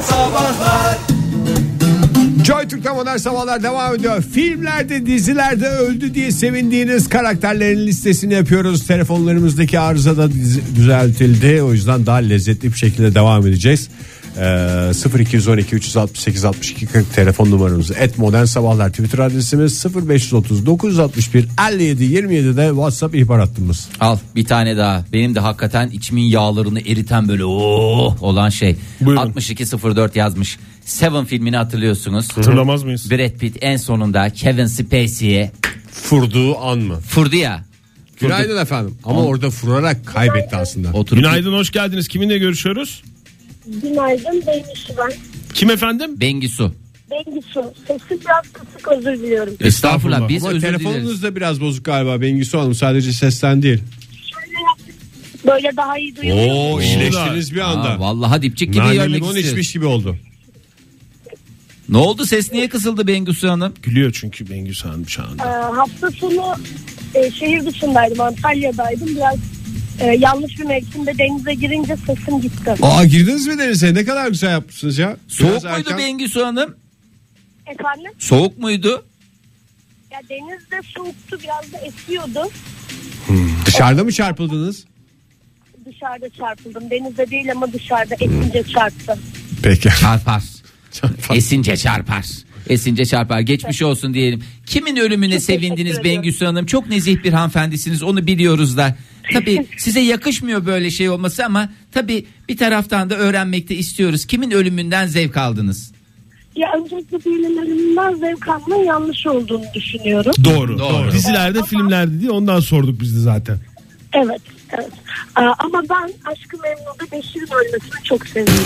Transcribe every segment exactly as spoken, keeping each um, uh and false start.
Sabahlar. Joy Türk'te Modern Sabahlar devam ediyor. Filmlerde, dizilerde öldü diye sevindiğiniz karakterlerin listesini yapıyoruz. Telefonlarımızdaki arıza da düzeltildi. O yüzden daha lezzetli bir şekilde devam edeceğiz. Ee, sıfır iki on iki üç altı sekiz altmış iki kırk telefon numaramız. et modern sabahlar Twitter adresimiz sıfır beş otuz dokuz altmış bir elli yedi yirmi yedi de WhatsApp ihbar hattımız. Al bir tane daha. Benim de hakikaten içimin yağlarını eriten böyle ooo olan şey. Buyurun. altmış iki sıfır dört yazmış. Seven filmini hatırlıyorsunuz. Hatırlamaz mıyız? Brad Pitt en sonunda Kevin Spacey'ye Furduğu an mı? fırdı ya. Günaydın efendim. Ama On... orada furarak kaybetti aslında. Oturup... Günaydın, hoş geldiniz. Kiminle görüşüyoruz? Günaydın, Bengisu ben. Kim efendim? Bengisu. Bengisu. Sesi biraz kısık, özür diliyorum. Estağfurullah, biz Ama özür telefonunuz dileriz. da biraz bozuk galiba Bengisu Hanım, sadece sesten değil. Böyle daha iyi duyuluyor. Oo, iyileştiniz bir anda. Aa, vallalah dipçik gibi Nane görmek limon istiyoruz. içmiş gibi oldu. Ne oldu, ses niye kısıldı Bengisu Hanım? Gülüyor çünkü Bengüs Hanım şu anda. Ee, hafta sonu e, şehir dışındaydım, Antalya'daydım. Biraz e, yanlış bir mevsimde denize girince sesim gitti. Aa, girdiniz mi denize? Ne kadar güzel yapmışsınız ya. Soğuk Biraz muydu erken. Bengisu Hanım? Efendim? Soğuk muydu? Ya denizde soğuktu, biraz da esiyordu. Dışarıda mı çarpıldınız? Dışarıda çarpıldım. Denizde değil ama dışarıda esince çarptı. Peki. Çarpar. Esince çarpar. Esince çarpar. Geçmiş olsun diyelim. Kimin ölümüne Çok sevindiniz teşekkür ederim. Bengisu Hanım? Çok nezih bir hanımefendisiniz, onu biliyoruz da. Tabii size yakışmıyor böyle şey olması ama tabii bir taraftan da öğrenmekte istiyoruz. Kimin ölümünden zevk aldınız? Ya öncelikle birinin ölümünden zevk almanın yanlış olduğunu düşünüyorum. Doğru. Doğru. Doğru. Dizilerde, Ama- filmlerde diye ondan sorduk biz de zaten. Evet, evet. Aa, ama ben Aşk-ı Memnu'da Beşir'in ölmesini çok seviyorum.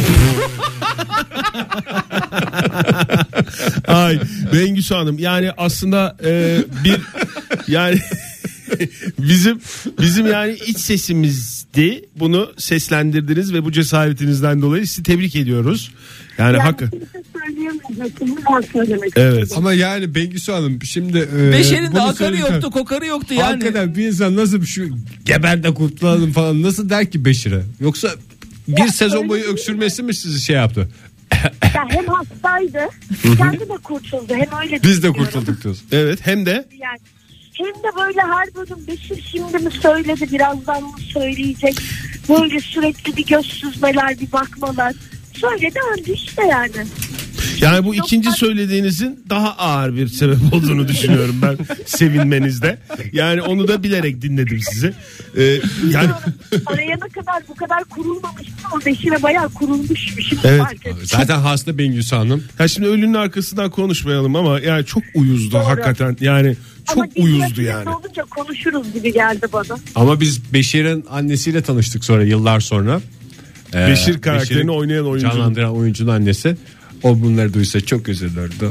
Ay Bengüs Hanım, yani aslında e, bir yani bizim bizim yani iç sesimizdi, bunu seslendirdiniz ve bu cesaretinizden dolayı sizi tebrik ediyoruz. Yani, Yani hakkı. kimse söyleyemeyecektim, ben söylemek Evet. istedim. Ama yani Bengisu Hanım şimdi e, Beşer'in de bunu akarı söylerken- yoktu, kokarı yoktu yani. Hakikaten bir insan nasıl şu geber de kurtulalım falan nasıl der ki Beşir'e? Yoksa bir Ya, sezon öyle boyu değil öksürmesi mi sizi şey yaptı? Ya hem hastaydı, kendi de kurtuldu. Hem öyle Biz de düşünüyorum. kurtulduk diyoruz. Evet, hem de Yani hem de böyle her bölüm Beşir şimdi mi söyledi, birazdan mı söyleyecek? Böyle sürekli bir göz süzmeler, bir bakmalar. Söyledi, öldü işte yani. yani bu ikinci söylediğinizin daha ağır bir sebep olduğunu düşünüyorum ben sevinmenizde. Yani onu da bilerek dinledim sizi. Ee, yani Arayana kadar bu kadar kurulmamıştı ama Beşir'e bayağı kurulmuşmuş. Şimdi Evet. fark ettim. Zaten hasta Bengisu Hanım. ya şimdi ölünün arkasından konuşmayalım ama yani çok uyuzdu Doğru. hakikaten. Yani çok Ama uyuzdu dikkatli yani. olunca konuşuruz gibi geldi bana. Ama biz Beşir'in annesiyle tanıştık sonra, yıllar sonra. Ee, Beşir karakterini Beşir'in oynayan oyuncu. canlandıran oyuncunun annesi. O bunları duysa çok üzülürdü.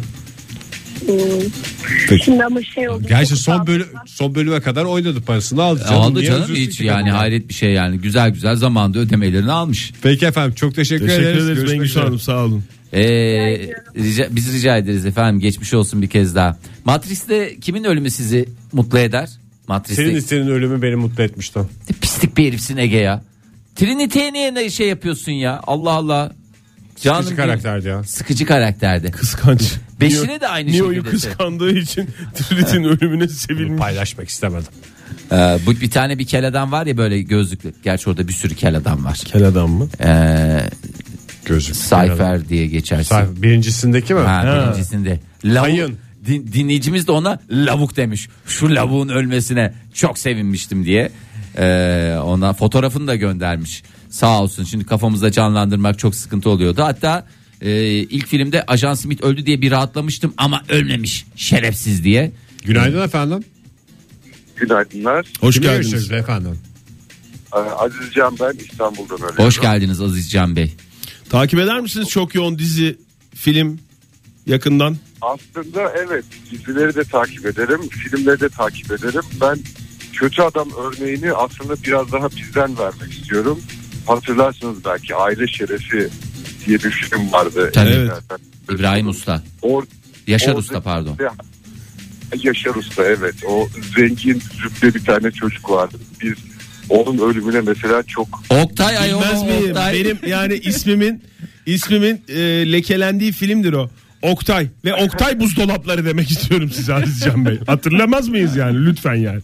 Peki. Şimdi ama şey oldu. Gerçi çok son sağ bölüm olsunlar. son bölüme kadar oynadı, parasını aldı canım. Aldı Niye canım üzülsün hiç ki yani kadın? hayret bir şey yani. Güzel güzel zamanda ödemelerini almış. Peki efendim, çok teşekkür, Teşekkür ederiz. ederiz Görüşmek Bengüs üzere. Hanım, sağ olun. Ee, rica, biz rica ederiz efendim, geçmiş olsun bir kez daha. Matrix'te kimin ölümü sizi mutlu eder? Matrix'te Senin senin ölümü beni mutlu etmişti. pislik bir herifsin Ege ya. Trinity'ye niye ne şey yapıyorsun ya? Allah Allah. Canım Sıkıcı karakterdi ya. Sıkıcı karakterdi. Kıskanç. Beşine de aynı Neo'yu şekilde. kıskandığı için Trinit'in ölümüne sevilmiş. Paylaşmak istemedim. Ee, bu bir tane bir kel adam var ya, böyle gözlüklü. Gerçi orada bir sürü kel adam var. Kel adam mı? Ee, Gözüm. Cypher diye geçersin. Cypher. Birincisindeki mi? Ha, Ha. birincisinde. Lavuk, Hayın. din- dinleyicimiz de ona lavuk demiş. Şu lavuğun ölmesine çok sevinmiştim diye. Ee, ona fotoğrafını da göndermiş. Sağ olsun, şimdi kafamızda canlandırmak çok sıkıntı oluyordu. Hatta e, ilk filmde Ajan Smith öldü diye bir rahatlamıştım ama ölmemiş şerefsiz diye. Günaydın efendim. Günaydınlar. Hoş Kimle geldiniz. görüşürüz efendim? Ee, Aziz Can ben, İstanbul'dan arıyorum. Hoş geldiniz Aziz Can Bey. Takip eder misiniz çok yoğun dizi, film yakından? Aslında evet, dizileri de takip ederim, filmleri de takip ederim. Ben kötü adam örneğini aslında biraz daha bizden vermek istiyorum. Hatırlarsınız belki, Aile Şerefi diye bir film vardı. Tabii. Evet. İbrahim Usta. Or Yaşar Orada- Usta pardon. Yaşar Usta, evet. O zengin züppe bir tane çocuk vardı. Biz onun ölümüne mesela çok Oktay ayol Bilmez miyim? Oktay. Benim yani ismimin ismimin e, lekelendiği filmdir o. Oktay ve Oktay buzdolapları demek istiyorum size Aziz Can Bey. Hatırlamaz mıyız yani lütfen yani.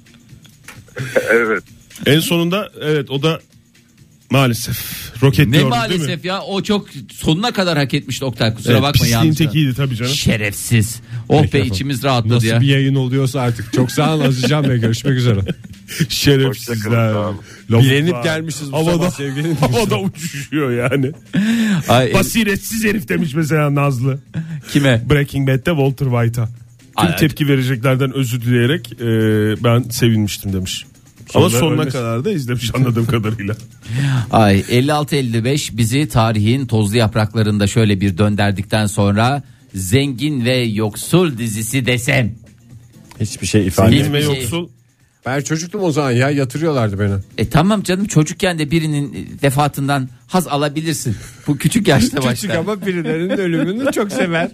Evet. En sonunda evet o da maalesef roketliyordu Ne maalesef ya, o çok sonuna kadar hak etmişti Oktay, kusura evet, bakma. pisliğin Yalnız tekiydi tabii canım. Şerefsiz. Oh Peki be, efendim. içimiz rahatladı Nasıl ya. bir yayın oluyorsa artık. Çok sağ olun Aziz Can Bey, görüşmek üzere. Şerefsizler. Bilenip gelmişiz bu havada, sabah sevgili havada uçuşuyor yani. Ay, Basiretsiz herif demiş mesela Nazlı. kime? Breaking Bad'de Walter White'a. Tüm Ay, tepki vereceklerden özür dileyerek e, ben sevinmiştim demiş. Ama Sonra sonuna ölmesi. kadar da izlemiş anladığım kadarıyla. Ay elli altı elli beş bizi tarihin tozlu yapraklarında şöyle bir döndürdükten sonra Zengin ve Yoksul dizisi desem. Hiçbir şey ifade Hiçbir Zengin ve şey. yoksul. Ben çocuktum o zaman ya, yatırıyorlardı beni. E tamam canım, çocukken de birinin vefatından haz alabilirsin. Bu küçük yaşta Küçük başta. ama birilerinin ölümünü çok sever.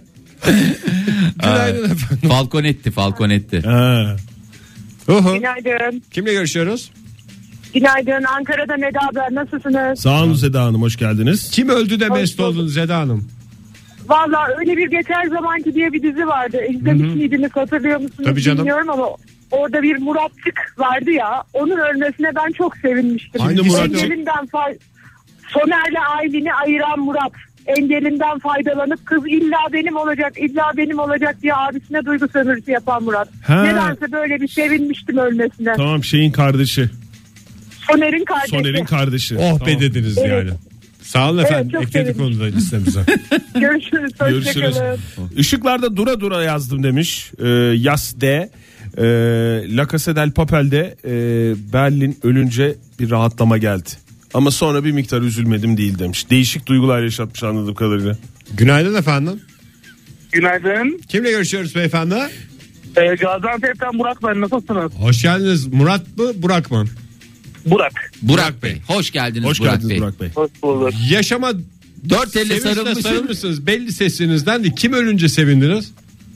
Günaydın efendim. Falconetti, Falconetti. Ha. Uhu. Günaydın. Kimle görüşüyoruz? Günaydın. Ankara'da Eda ben. Nasılsınız? Sağ olun Seda Hanım, hoş geldiniz. Kim öldü de Hoş mest bulduk. oldunuz Eda Hanım? Valla öyle bir Geçer Zamanki diye bir dizi vardı. İzlemiş miydiniz, hatırlıyor musunuz Tabii canım. bilmiyorum ama orada bir Muratçık vardı ya. Onun ölmesine ben çok sevinmiştim. Hangi Muratçık? Engelinden fay... Soner'le Aylin'i ayıran Murat. Engelinden faydalanıp kız illa benim olacak, illa benim olacak diye abisine duygu sömürüsü yapan Murat. Ha. Nedense böyle bir sevinmiştim ölmesine. Tamam, şeyin kardeşi. Soner'in kardeşi. Soner'in kardeşi. Oh Tamam. be dediniz Evet. yani. Sağ olun efendim. çok Ekledik sevindim. onu da listemize. Görüşürüz. Görüşürüz. Hoşçakalın. Işıklarda dura dura yazdım demiş. Ee, Yas D. Ee, La Casa del Papel'de e, Berlin ölünce bir rahatlama geldi. Ama sonra bir miktar üzülmedim değil demiş. Değişik duygular yaşatmış anladığım kadarıyla. Günaydın efendim. Günaydın. Kimle görüşüyoruz beyefendi? Ee, Gaziantep'ten Burak ben. Nasılsınız? Hoş geldiniz. Murat mı Burak mı? Burak. Burak Bey, hoş geldiniz Hoş Burak geldiniz Bey. Burak Bey. Hoş bulduk. Yaşama Dört elle sevinçle sarılmışsınız. sarılmışsınız. Belli sesinizden de kim ölünce sevindiniz?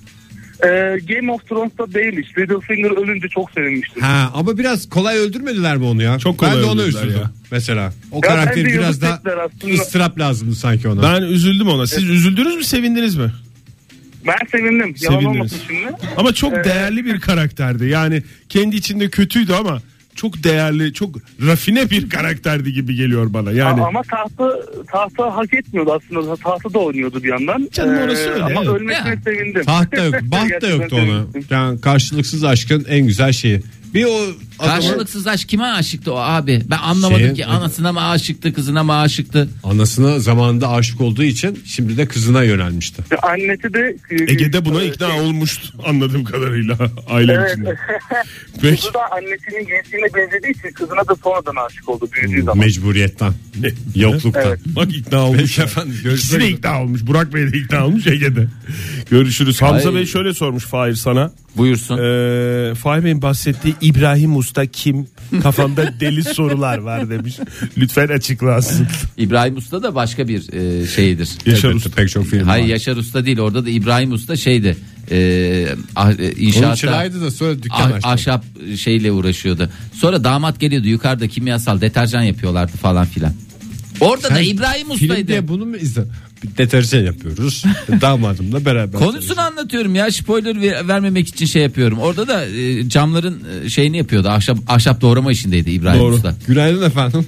Ee, Game of Thrones'ta Baelish, Littlefinger ölünce çok sevinmiştim. Ha, ama biraz kolay öldürmediler mi onu ya? Çok kolay ben de ona öldürdüler üzüldüm ya. mesela. O Ya karakteri bence biraz daha yürütecekler aslında. ıstırap lazımdı sanki ona. Ben üzüldüm ona. Siz üzüldünüz mü, sevindiniz mi? Ben sevindim. Yalan Sevindiniz. olmasın şimdi. Ama çok Evet. değerli bir karakterdi. Yani kendi içinde kötüydü ama çok değerli, çok rafine bir karakterdi gibi geliyor bana. Yani A- Ama tahtı, tahtı hak etmiyordu aslında. Tahtı da oynuyordu bir yandan. Canım orası öyle, Ama evet. ölmesine Ya. sevindim. Taht da yok, baht da Gerçekten yoktu ona. sevindim. Yani karşılıksız aşkın en güzel şeyi. Bir o adamın Karşılıksız aşk kime aşıktı o abi? Ben anlamadım Şeye- ki, anasına mı aşıktı, kızına mı aşıktı? anasına zamanında aşık olduğu için şimdi de kızına yönelmişti. Annesi de Ege'de buna ikna Şey, olmuştu anladığım kadarıyla aile Evet. içinde. Peki. Kızı da annesinin gençliğine benzediği için kızına da sonradan aşık oldu büyüdüğü zaman. Mecburiyetten, yokluktan. Evet. Bak ikna olmuş. Peki efendim, İkisi görüşmek de üzere. ikna olmuş. Burak Bey de ikna olmuş, Ege'de. Görüşürüz. Hamza Ay. Bey şöyle sormuş Fahir sana. Buyursun. Ee, Fahir Bey'in bahsettiği İbrahim Usta kim? Kafamda deli sorular var demiş. Lütfen açıklasın. İbrahim Usta da başka bir e, şeydir. Yaşar Elbette Usta. pek çok film Hayır, var. Yaşar Usta değil, orada da İbrahim Usta şeydi. E, ah- e, Onun inşaatta çırağıydı da sonra dükkan ah- açtı. ahşap şeyle uğraşıyordu. Sonra damat geliyordu, yukarıda kimyasal deterjan yapıyorlardı falan filan. Orada da İbrahim Film Usta'ydı. diye bunu mu izle? Bir deterjan yapıyoruz. Damadımla beraber. Konusunu anlatıyorum ya, spoiler ver- vermemek için şey yapıyorum. Orada da e, camların e, şeyini yapıyordu. Ahşap ahşap doğrama işindeydi İbrahim Doğru. Usta. Günaydın efendim.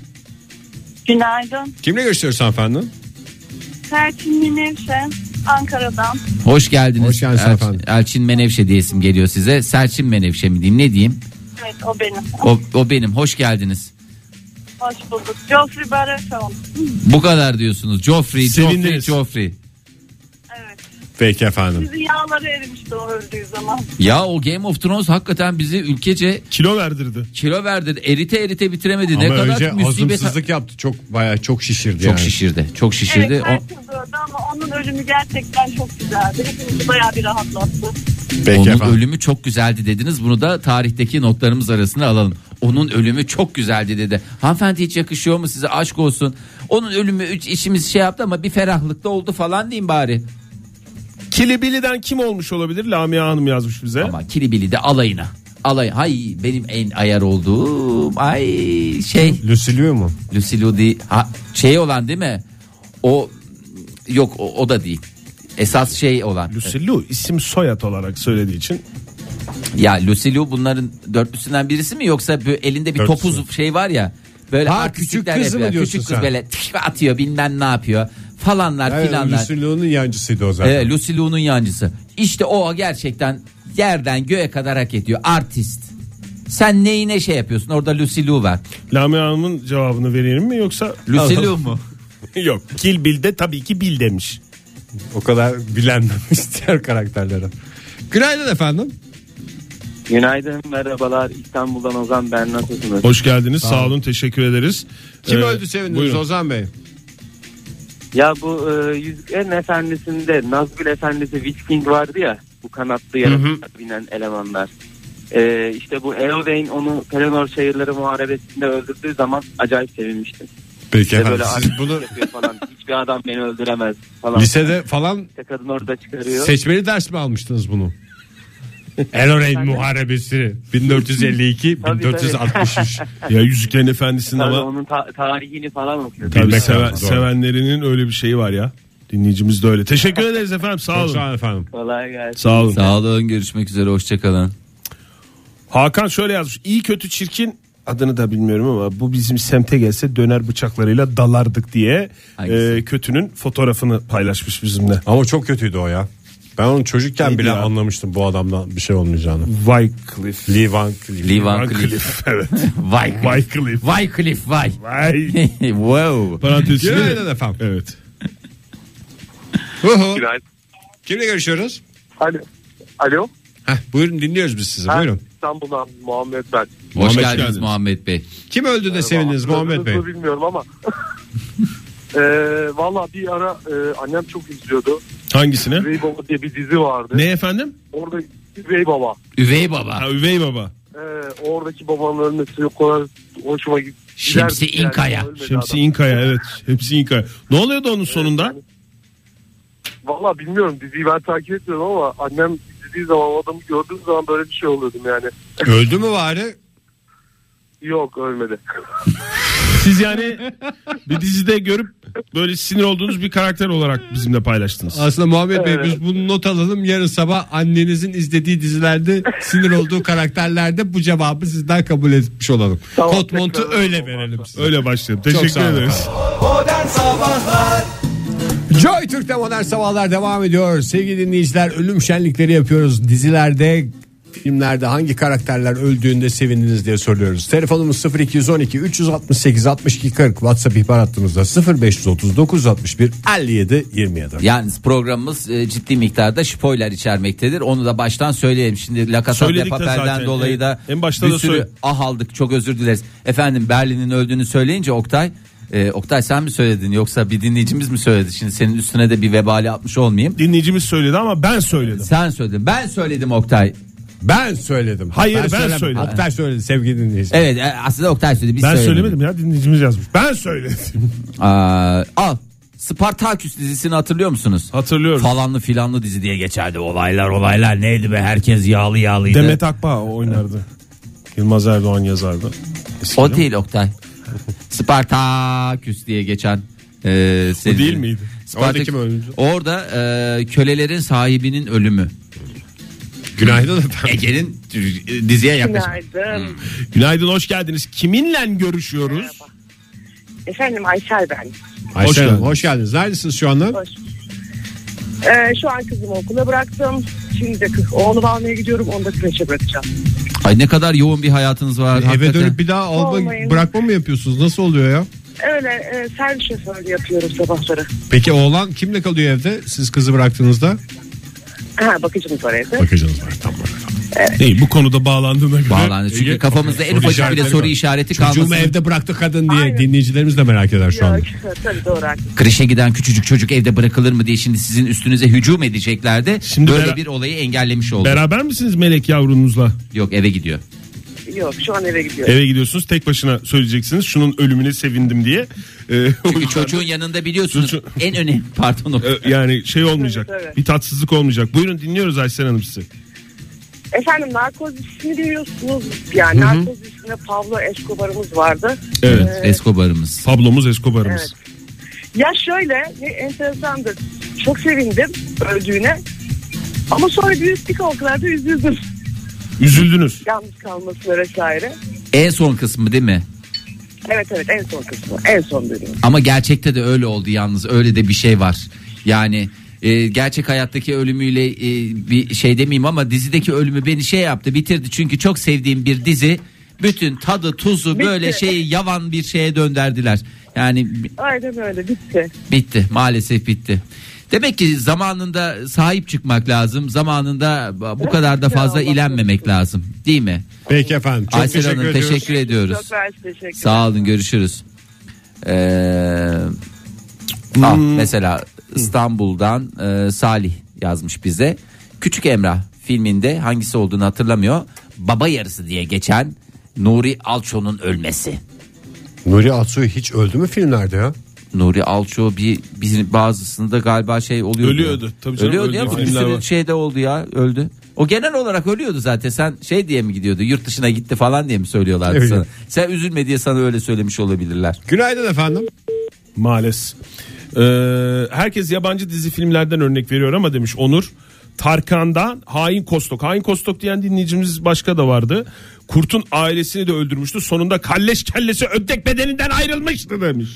Günaydın. Kimle görüşüyoruz efendim? Serçin Menevşe, Ankara'dan. Hoş geldiniz. Hoş geldiniz El- efendim. Elçin Menevşe diyesim geliyor size. Selçin Menevşe mi diyeyim, ne diyeyim? Evet, o benim. O, o benim. Hoş geldiniz. Hoş bulduk. Geoffrey Baratheon. Bu kadar diyorsunuz. Joffrey, Joffrey, Sevindiniz. Joffrey. Evet. Peki efendim. Bizi yağları erimişti o öldüğü zaman. Ya o Game of Thrones hakikaten bizi ülkece Kilo verdirdi. kilo verdi. Erite erite bitiremedi. ne Ama kadar önce müsibet. hazımsızlık yaptı. Çok bayağı çok şişirdi Çok yani. şişirdi. Çok şişirdi. Evet, O- herkes öldü ama onun ölümü gerçekten çok güzeldi. Hepimizi bayağı bir rahatlattı. Peki Onun efendim. ölümü çok güzeldi dediniz. Bunu da tarihteki notlarımız arasına alalım. Onun ölümü çok güzeldi dedi. Hanımefendi hiç yakışıyor mu size, aşk olsun. Onun ölümü üç işimiz şey yaptı ama bir ferahlıkta oldu falan diyeyim bari. Kilibili'den kim olmuş olabilir? Lamia Hanım yazmış bize. Ama Kilibili de alayına. Alay, hay benim en ayar olduğum ay şey Lucilio mu? Lucille değil, ha, şey olan değil mi? O Yok o, o da değil. Esas şey olan. Lucy Liu isim soyad olarak söylediği için. Ya Lucy Liu bunların dörtlüsünden birisi mi yoksa böyle elinde bir Dörtlüsü. topuz şey var ya. Böyle Ha, artistlikler küçük kızı mı yapıyor. diyorsun Küçük kız sen? böyle tış atıyor bilmem ne yapıyor falanlar Evet, filanlar. Lucy Liu'nun yancısıydı o zaten. Ee, Lucy Liu'nun yancısı. İşte o gerçekten yerden göğe kadar hak ediyor. Artist. Sen neyine şey yapıyorsun? Orada Lucy Liu var. Lamia Hanım'ın cevabını verelim mi yoksa? Lucy Liu mu? Yok. Kill Bill'de tabii ki Bill demiş. O kadar bilenmemiş diğer karakterlere. Günaydın efendim. Günaydın, merhabalar. İstanbul'dan Ozan, ben nasılsınız? Hoş geldiniz. Sağ, Sağ olun. Teşekkür ederiz. Kim Ee, öldü sevindiniz buyurun. Ozan Bey? Ya bu e, Yüzüklerin Efendisi'nde Nazgul Efendisi Witch King vardı ya, bu kanatlı yaratıklar binen elemanlar. E, işte bu Eowyn onu Pelennor Şehirleri Muharebesi'nde öldürdüğü zaman acayip sevinmiştim. Peki İşte efendim böyle siz aşk bunu yapıyor falan. Hiçbir adam beni öldüremez falan. lisede falan İşte kadın orada çıkarıyor. seçmeli ders mi almıştınız bunu? Eloreyn Muharebesi bin dört yüz elli iki bin dört yüz altmış üç. Ya Yüzüklerin Efendisi'nin Tabii ama onun ta- tarihini falan okuyor. tabii Bilmek seven- lazım, doğru. sevenlerinin öyle bir şeyi var ya. Dinleyicimiz de öyle. Teşekkür ederiz efendim. Sağ Çok olun. sağ olun efendim. Kolay gelsin. Sağ olun. Sağ olun, görüşmek üzere, hoşçakalın. Hakan şöyle yazmış. İyi kötü çirkin, adını da bilmiyorum ama bu bizim semte gelse döner bıçaklarıyla dalardık diye Hangisi? e, kötünün fotoğrafını paylaşmış bizimle. Ama çok kötüydü o ya. Ben onu çocukken Neydi bile ya? anlamıştım bu adamdan bir şey olmayacağını. Wycliffe. Lee Van Cleef. Lee Van Wycliffe. Cleef. Evet. Vay Wycliffe. Vay Cliff vay. Vay. Wow. Parantezine. Günaydın efendim. Evet. Huhu. Günaydın. Kimle görüşüyoruz? Alo. Alo. Heh, buyurun dinliyoruz biz sizi. Ha, Buyurun. İstanbul'dan Muhammed ben. Hoş Muhammed geldiniz geldiniz. Muhammed Bey. Kim öldü de sevindiniz Muhammed Bey? Adınızı bilmiyorum ama. e, Valla bir ara e, annem çok izliyordu. Hangisine? Üvey Baba diye bir dizi vardı. Ne efendim? Orada Üvey Baba. Üvey baba. Ha, Üvey Baba. E, oradaki babanın ölmesi o kadar hoşuma gitti. Şemsi Giderdi yani, İnkaya. ölmedi Şemsi adam. İnkaya, evet. Hepsi İnkaya. Ne oluyordu onun sonunda? Valla bilmiyorum, diziyi ben takip etmiyorum ama annem izlediği zaman o adamı gördüğüm zaman böyle bir şey oluyordum yani. Öldü mü bari? Yok, ölmedi. Siz yani bir dizide görüp böyle sinir olduğunuz bir karakter olarak bizimle paylaştınız. Aslında Muhammed Bey Evet. biz bunu not alalım. Yarın sabah annenizin izlediği dizilerde sinir olduğu karakterlerde bu cevabı sizden kabul etmiş olalım. Tamam, Kot montu tekrar öyle olmazsa. verelim size. Öyle başlayalım. Çok Teşekkür sağ olun ederiz. Joy Türk'te modern sabahlar devam ediyor. Sevgili dinleyiciler, ölüm şenlikleri yapıyoruz. Dizilerde, filmlerde hangi karakterler öldüğünde sevindiniz diye soruyoruz. Telefonumuz sıfır iki on iki üç altı sekiz altmış iki kırk, WhatsApp ihbar hattımızda sıfır beş otuz dokuz altmış bir elli yedi yirmi yedi. Yani programımız e, ciddi miktarda spoiler içermektedir. Onu da baştan söyleyelim. Şimdi La Casa de Söyledik de Papel'den zaten. dolayı da En başta bir da sürü söyle- ah aldık. Çok özür dileriz. Efendim Berlin'in öldüğünü söyleyince Oktay e, Oktay sen mi söyledin yoksa bir dinleyicimiz mi söyledi? Şimdi senin üstüne de bir vebali atmış olmayayım. Dinleyicimiz söyledi ama ben söyledim. Sen söyledin. Ben söyledim Oktay. Ben söyledim. Hayır, ben söylemedim. söyledim. Oktay söyledi sevgili dinleyiciler. Evet e, aslında Oktay söyledi. Biz Ben söylemedik. söylemedim ya, dinleyicimiz yazmış. Ben söyledim. Aa, al. Spartaküs dizisini hatırlıyor musunuz? Hatırlıyorum. Falanlı filanlı dizi diye geçerdi. Olaylar olaylar neydi be, herkes yağlı yağlıydı. Demet Akbağ oynardı. Yılmaz Erdoğan yazardı. Eskiden. O değil Oktay. Spartaküs diye geçen e, seri. O değil miydi? Spartak- Orada kim öldü? Orada e, kölelerin sahibinin ölümü. Günaydın efendim. Ege'nin e, diziye yaklaşık. Günaydın. Günaydın, hoş geldiniz. Kiminle görüşüyoruz? Efendim Aysel ben. Ayşe Hoş Hanım, geldiniz. hoş geldiniz. Neredesiniz şu anda? Hoş. Ee, şu an kızımı okula bıraktım. Şimdi de kız oğlumu almaya gidiyorum. Onu da kreşe bırakacağım. Ay ne kadar yoğun bir hayatınız var. Eve hakikaten. dönüp bir daha alma, Olmayın. bırakma mı yapıyorsunuz? Nasıl oluyor ya? Öyle e, servis şoförlüğü yapıyorum sabahları. Peki oğlan kimle kalıyor evde? Siz kızı bıraktığınızda? Ha, bakıcımız var evde. Bakıcınız var. Tamam. Değil, bu konuda bağlandığına göre. Bağlandı. Çünkü Ege- kafamızda en Soru ufacık bile işaretleri soru var. işareti Çocuğumu kalmasın. evde bıraktı kadın diye Aynen. dinleyicilerimiz de merak eder şu anda. Yok, tabii doğru haklısın. Kreşe giden küçücük çocuk evde bırakılır mı diye şimdi sizin üstünüze hücum edeceklerdi. Şimdi Böyle bera- bir olayı engellemiş olduk. Beraber misiniz Melek yavrunuzla? Yok eve gidiyor. Yok, şu an eve gidiyorum. Eve gidiyorsunuz, tek başına söyleyeceksiniz. Şunun ölümüne sevindim diye. Ee, o Çünkü yüzden çocuğun yanında biliyorsunuz Çocuğu- en önemli pardon o. de, e, yani şey olmayacak. Evet, evet. Bir tatsızlık olmayacak. Buyurun, dinliyoruz Aysel Hanım sizi. Efendim narkoz dizisini biliyorsunuz. Yani narkoz dizisinde Pablo Escobar'ımız vardı. Evet. Ee, Escobar'ımız. Pablo'muz, Escobar'ımız. Evet. Ya şöyle ne enteresandır. Çok sevindim öldüğüne. Ama sonra büyüttük o kadar da üzüldüm. Üzüldünüz. Yalnız kalmasına vesaire. En son kısmı değil mi? Evet evet en son kısmı. En son bölüm. Ama gerçekte de öyle oldu yalnız. Öyle de bir şey var. Yani e, gerçek hayattaki ölümüyle e, bir şey demeyeyim ama dizideki ölümü beni şey yaptı, bitirdi. Çünkü çok sevdiğim bir dizi. Bütün tadı tuzu Bitti. böyle şeyi yavan bir şeye döndürdüler. Yani Aynen öyle bitti. bitti, maalesef bitti. Demek ki zamanında sahip çıkmak lazım. Zamanında bu kadar da fazla ilenmemek lazım. Değil mi? Peki efendim. Çok Aysel teşekkür Hanım ediyoruz. teşekkür ediyoruz. Çok mersi, teşekkür Sağ olun, görüşürüz. Ee, ah, mesela İstanbul'dan e, Salih yazmış bize. Küçük Emrah filminde hangisi olduğunu hatırlamıyor. Baba yarısı diye geçen Nuri Alço'nun ölmesi. Nuri Alço hiç öldü mü filmlerde ya? Nuri Alço bir, bir bazısında galiba şey oluyordu. Ölüyordu. Tabii canım, Ölüyordu ya. öldüğü Bir filmler sürü var. şeyde oldu ya, öldü. O genel olarak ölüyordu zaten. Sen şey diye mi gidiyordu? Yurt dışına gitti falan diye mi söylüyorlardı Evet. sana? Sen üzülme diye sana öyle söylemiş olabilirler. Günaydın efendim. Maalesef. Ee, herkes yabancı dizi filmlerden örnek veriyor ama demiş Onur. Tarkan'dan Hain Kostok. Hain Kostok diyen dinleyicimiz başka da vardı. Kurt'un ailesini de öldürmüştü. Sonunda kalleş kellesi ödlek bedeninden ayrılmıştı demiş.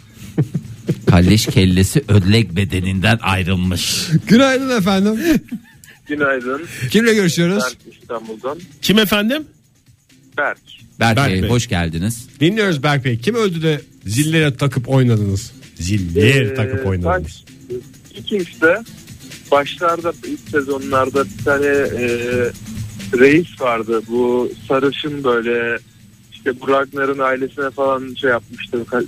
Kalleş kellesi ödlek bedeninden ayrılmış. Günaydın efendim. Günaydın. Kimle görüşüyoruz? Berk İstanbul'dan. Kim efendim? Berk. Berk, Berk Bey, Bey. hoş geldiniz. Dinliyoruz Berk Bey. Kim öldü de zillere takıp oynadınız? Ziller Ee, takıp oynadınız. ben Kings'te başlarda ilk sezonlarda bir tane e, reis vardı. Bu sarışın böyle işte bu Ragnar'ın ailesine falan şey yapmıştı. Ka-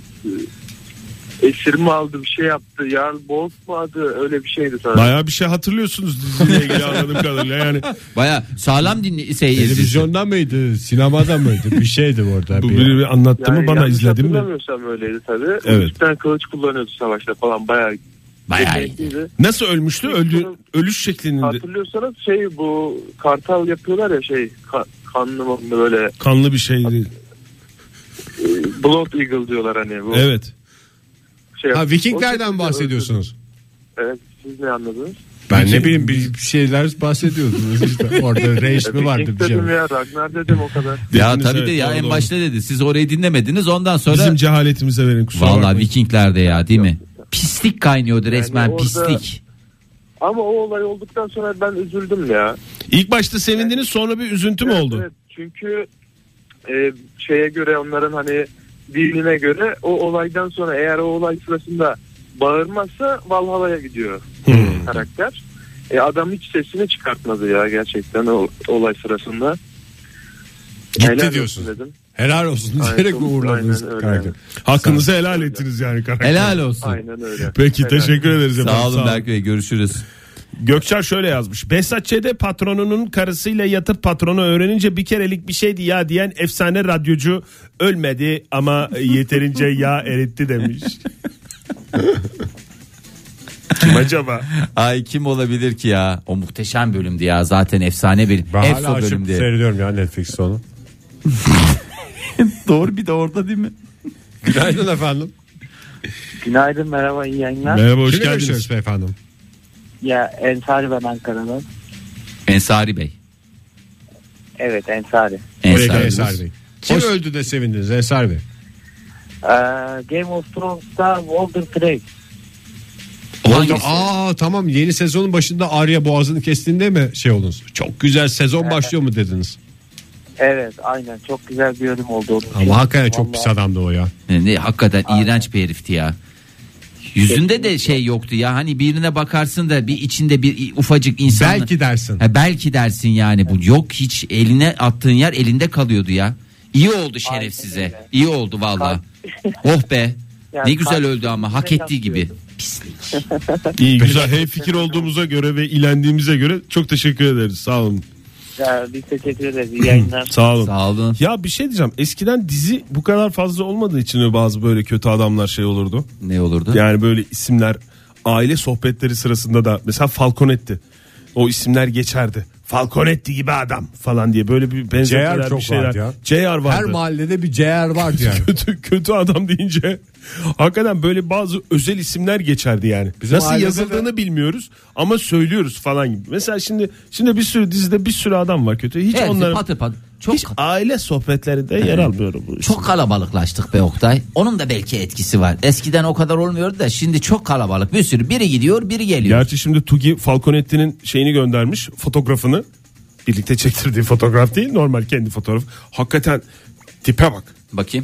Esir mi aldı, bir şey yaptı. Jarl Bolt mu adı, öyle bir şeydi sanırım. Bayağı bir şey hatırlıyorsunuz diziyle ilgili anladığım kadarıyla yani. Baya sağlam dinli seyircisi. Televizyonda mıydı? Sinemada mıydı? Bir şeydi orada. Bu bir- biri bir anlattı mı Yani bana yanlış izledim mi? hatırlamıyorsam öyleydi tabii. Evet. Bir tane kılıç kullanıyordu savaşta falan, bayağı Bayağı iyi. yetenekliydi. Nasıl ölmüştü? Öldü, ölüş şeklinde. Hatırlıyorsanız şey, bu kartal yapıyorlar ya, şey ka- kanlı mı böyle Kanlı bir şeydi. e, Blood Eagle diyorlar hani bu. Evet. Şey, Ha, o Vikinglerden şekilde bahsediyorsunuz. öldürdü. Evet, siz ne anladınız? Ben ne bileyim bir şeyler bahsediyordunuz işte. Orada reis mi vardı Viking bir şey. dedim ya, Ragnar dedim o kadar. Ya Dediniz, tabii evet, de ya doğru, en doğru. başta dedi. Siz orayı dinlemediniz, ondan sonra. Bizim cehaletimize verin, kusura Vallahi bakmayın. Vikinglerde ya, değil mi? Pislik kaynıyordu resmen, orada- pislik. Ama o olay olduktan sonra ben üzüldüm ya. İlk başta sevindiniz, sonra bir üzüntü mü Evet, oldu? evet. Çünkü e, şeye göre, onların hani dinine göre o olaydan sonra eğer o olay sırasında bağırmazsa Valhalla'ya gidiyor Hmm. karakter. E, adam hiç sesini çıkartmadı ya gerçekten o olay sırasında. Gitti Helal diyorsun. olsun dedim. Helal olsun Aynen, diyerek mi uğurladınız aynen öyle. karakteri? Hakkınızı helal ettiniz yani karakter. Helal olsun. Aynen öyle. Peki, Helal. teşekkür ederiz efendim. Sağ olun Berk Bey, görüşürüz. Gökçer şöyle yazmış. Behzat Ç'de patronunun karısıyla yatıp patronu öğrenince bir kerelik bir şeydi ya diyen efsane radyocu ölmedi ama yeterince yağ eritti demiş. Kim acaba? Ay kim olabilir ki ya? O muhteşem bölümdü ya, zaten efsane bir Ben hala Efso açıp bölümdü. seyrediyorum ya Netflix'te onu. Doğru, bir de orada değil mi? Günaydın efendim. Günaydın, merhaba, iyi yayınlar. Merhaba, hoş Kimle geldiniz. görüşüyoruz beyefendi? Ya Ensari, ben Ankara'dan. Ensari Bey. Evet, Ensari. Oraya Ensari. Ensar Bey. Kim Hoş- öldü de sevindiniz Ensar Bey? Ee, Game of Thrones'ta Walter Frey. Hangisi? Aa tamam, yeni sezonun başında Arya boğazını kestiğinde mi şey oldunuz? Çok güzel sezon başlıyor mu dediniz? Evet, aynen, çok güzel bir bölüm oldu onun. Ama hakikaten çok Vallahi. pis adamdı o ya. Ne, hakikaten iğrenç bir herifti ya. Yüzünde de şey yoktu ya, hani birine bakarsın da bir içinde bir ufacık insan. Belki dersin. Ha, belki dersin yani, bu yok, hiç eline attığın yer elinde kalıyordu ya. İyi oldu şeref size. İyi oldu valla. Oh be. Yani Ne güzel kalp- öldü ama, hak ettiği gibi. İyi, güzel, hem fikir olduğumuza göre ve ilendiğimize göre çok teşekkür ederiz. Sağ olun. Ya, biz teşekkür ederiz, iyi yayınlar. Sağ olun. Sağ olun. Ya bir şey diyeceğim. Eskiden dizi bu kadar fazla olmadığı için mi bazı böyle kötü adamlar şey olurdu? Ne olurdu? Yani böyle isimler aile sohbetleri sırasında da mesela Falconet'ti. O isimler geçerdi. Falconetti gibi adam falan diye böyle bir benzetmeler bir şeyler. ya. C R vardı. Her mahallede bir C R vardı yani. kötü kötü adam deyince hakikaten böyle bazı özel isimler geçerdi yani. Bizim Nasıl ailede yazıldığını de... bilmiyoruz ama söylüyoruz falan gibi. Mesela şimdi şimdi bir sürü dizide bir sürü adam var kötü. Hiç Evet, onların patır patır. Çok hiç aile sohbetlerinde yer almıyorum bu. Çok kalabalıklaştık be Oktay. Onun da belki etkisi var. Eskiden o kadar olmuyordu da şimdi çok kalabalık. Bir sürü biri gidiyor, biri geliyor. Gerçi şimdi Tugi Falconetti'nin şeyini göndermiş, fotoğrafını. Birlikte çektirdiği fotoğraf değil, normal kendi fotoğraf. Hakikaten tipe bak. Bakayım.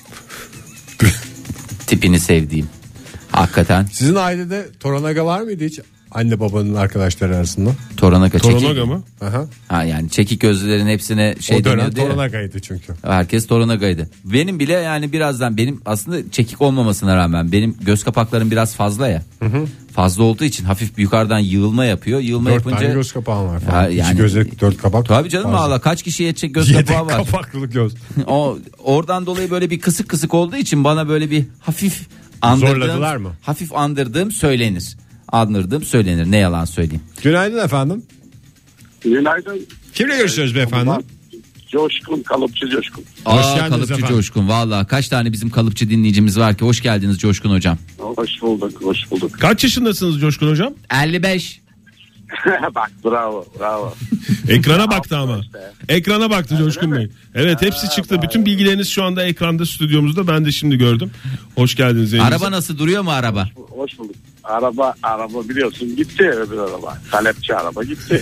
Tipini sevdiğim. Hakikaten. Sizin ailede Toranaga var mıydı hiç? Anne babanın arkadaşları arasında. Toranaga, Toranaga çekik. mı? Aha. Ha yani çekik gözlülerin hepsine şey O dönem deniyordu ya. Toranaga'ydı çünkü. Herkes Toranaga'ydı. Benim bile yani birazdan benim aslında çekik olmamasına rağmen benim göz kapaklarım biraz fazla ya. Hı hı. Fazla olduğu için hafif yukarıdan yığılma yapıyor. Yığılma Dört yapınca. tane göz kapağım var falan. Ya yani- İki göze dört kapak. Tabii canım fazla. valla kaç kişiye yetecek göz Yedek kapağı var. kapaklı göz. O oradan dolayı böyle bir kısık kısık olduğu için bana böyle bir hafif andırdığım, Zorladılar mı? hafif andırdığım söylenir. Andırdığım söylenir. Ne yalan söyleyeyim. Günaydın efendim. Günaydın. Kimle görüşüyoruz beyefendi? Coşkun, kalıpçı Coşkun. Hoş Aa, geldiniz kalıpçı efendim. Coşkun valla kaç tane bizim kalıpçı dinleyicimiz var ki, hoş geldiniz Coşkun hocam. Hoş bulduk, hoş bulduk. Kaç yaşındasınız Coşkun hocam? elli beş. Bak bravo, bravo. Ekrana baktı ama. Ekrana baktı Coşkun Bey. Evet hepsi çıktı. Bütün bilgileriniz şu anda ekranda stüdyomuzda. Ben de şimdi gördüm. Hoş geldiniz. elinize. Araba nasıl duruyor mu araba? Hoş bulduk. Araba, araba biliyorsun gitti öbür araba. Kalepçi araba gitti.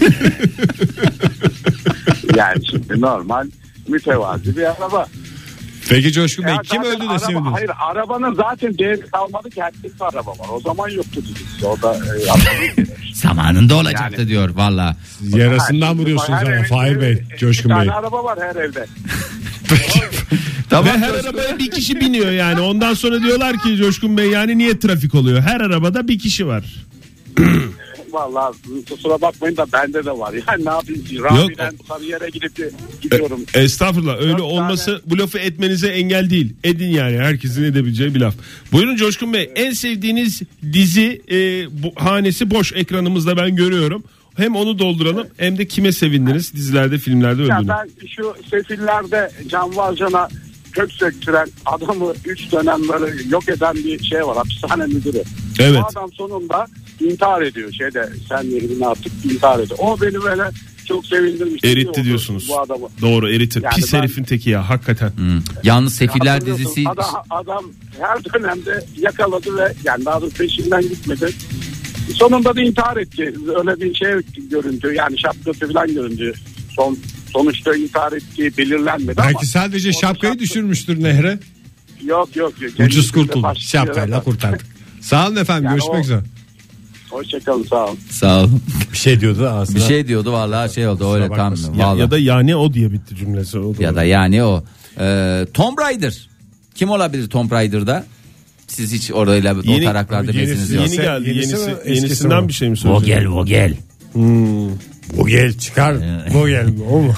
Yani şimdi normal mütevazi bir araba. Peki Coşkun Bey Ya kim zaten öldü de araba- sevindiniz? Hayır, arabanın zaten değeri kalmadı ki, herkes araba var. O zaman yoktu dizisi. O da e, yapmadı. Zamanında olacaktı Yani- diyor valla. Yarasından vuruyorsunuz Her ama evde Fahir Bey, iki Coşkun Bey. tane araba var her evde. Tamam. Ve her arabaya bir kişi biniyor yani. Ondan sonra diyorlar ki Coşkun Bey yani niye trafik oluyor? Her arabada bir kişi var. Vallahi kusura bakmayın da bende de var. Yani ne yapayım ki? Rami'den Sarıyer'e gidip de gidiyorum. E, estağfurullah öyle Dört olması tane- bu lafı etmenize engel değil. Edin yani, herkesin edebileceği bir laf. Buyurun Coşkun Bey, en sevdiğiniz dizi e, bu, hanesi boş ekranımızda ben görüyorum. Hem onu dolduralım hem de kime sevindiniz dizilerde filmlerde Ya öldüğünü. ben şu sefillerde Can Valcan'a kök söktüren adamı üç dönem böyle yok eden bir şey var, hapishane müdürü. Evet. O adam sonunda intihar ediyor şeyde, sen yerini artık intihar ediyor. O beni böyle çok sevindirmişti. Eritti diyorsunuz. Bu adamı. Doğru, eritir. Yani Pis ben- herifin teki ya hakikaten. Hmm. Yalnız Sefiller Hatırlıyorsun, dizisi Adam, adam her dönemde yakaladı ve yani daha doğrusu peşinden gitmedi. Sonunda da intihar etti. Öyle bir şey göründü. Yani şapkası falan göründü. Son sonuçta intihar ettiği belirlenmedi ama. Belki sadece Onun şapkayı şapkası- düşürmüştür nehre. Yok yok. yok. Ucuz Kendisi de kurtulduk. başka Şapkayla yere- kurtardık. Sağ olun efendim, Yani görüşmek o- üzere. Hoşçakalın, sağ olun. sağ olun. Bir şey diyordu aslında. Bir şey diyordu valla, şey oldu öyle tam bakmasın. Ya, valla. ya da yani o diye bitti cümlesi. O da Ya da yani o. Ee, Tomb Raider. Kim olabilir Tomb Raider'da? Siz hiç orayla o Yeni- taraklarda yenisi- beziniz yok. yeni geldi. Yenisi Yenisi, mi, eskisi yenisinden mi? bir şey mi söyleyeceksiniz? Vogel Vogel. Bu gel çıkar. Bu gel. O mu?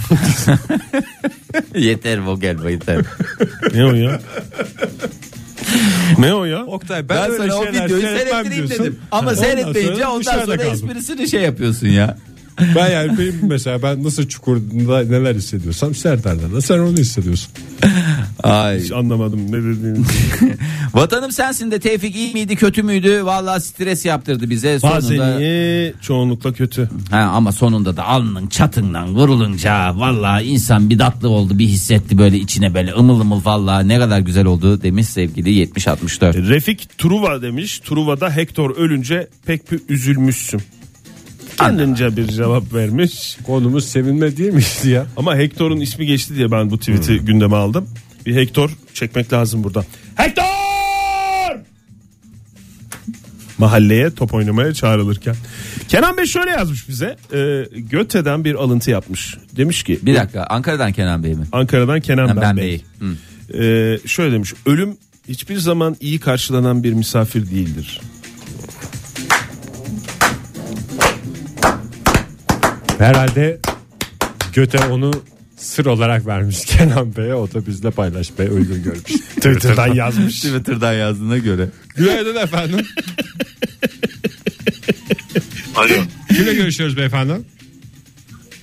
Yeter Vogel yeter. Ne o ya? Ne o ya? Oktay Ben, ben, öyle sana o şeyler videoyu seyretmem seyrettireyim diyorsun. dedim. Ama Ha, seyretmeyince ondan dışarıda sonra kaldım. esprisini şey yapıyorsun ya. Ben yani benim mesela ben nasıl çukurda neler hissediyorsam Serdar'da da sen onu hissediyorsun. Ay. Hiç anlamadım ne dediğinizi. Vatanım sensin de Tevfik iyi miydi kötü müydü? Vallahi stres yaptırdı bize. Bazen Sonunda... iyi, çoğunlukla kötü. Ha, ama sonunda da alnının çatından vurulunca vallahi insan bir tatlı oldu, bir hissetti böyle içine, böyle ımıl ımıl, vallahi ne kadar güzel oldu demiş sevgili yetmiş altmış dört. Refik Truva demiş. Truva'da Hector ölünce pek bir üzülmüşsün. Kendince bir cevap vermiş. Konumuz sevinme değil miydi ya? Ama Hector'un ismi geçti diye ben bu tweet'i gündeme aldım. Bir Hector çekmek lazım burada. Hector! Mahalleye top oynamaya çağrılırken. Kenan Bey şöyle yazmış bize. E, Göte'den bir alıntı yapmış. Demiş ki. Bir dakika, Ankara'dan Kenan Bey mi? Ankara'dan Kenan Ha, ben, ben Bey. Bey. Hı. E, şöyle demiş. Ölüm hiçbir zaman iyi karşılanan bir misafir değildir. Herhalde Göte onu sır olarak vermiş Kenan Bey'e, o da bizle paylaşmaya uygun görmüş. Twitter'dan yazmış. Twitter'dan yazdığına göre. Günaydın efendim. Alo. Kimle görüşüyoruz beyefendi?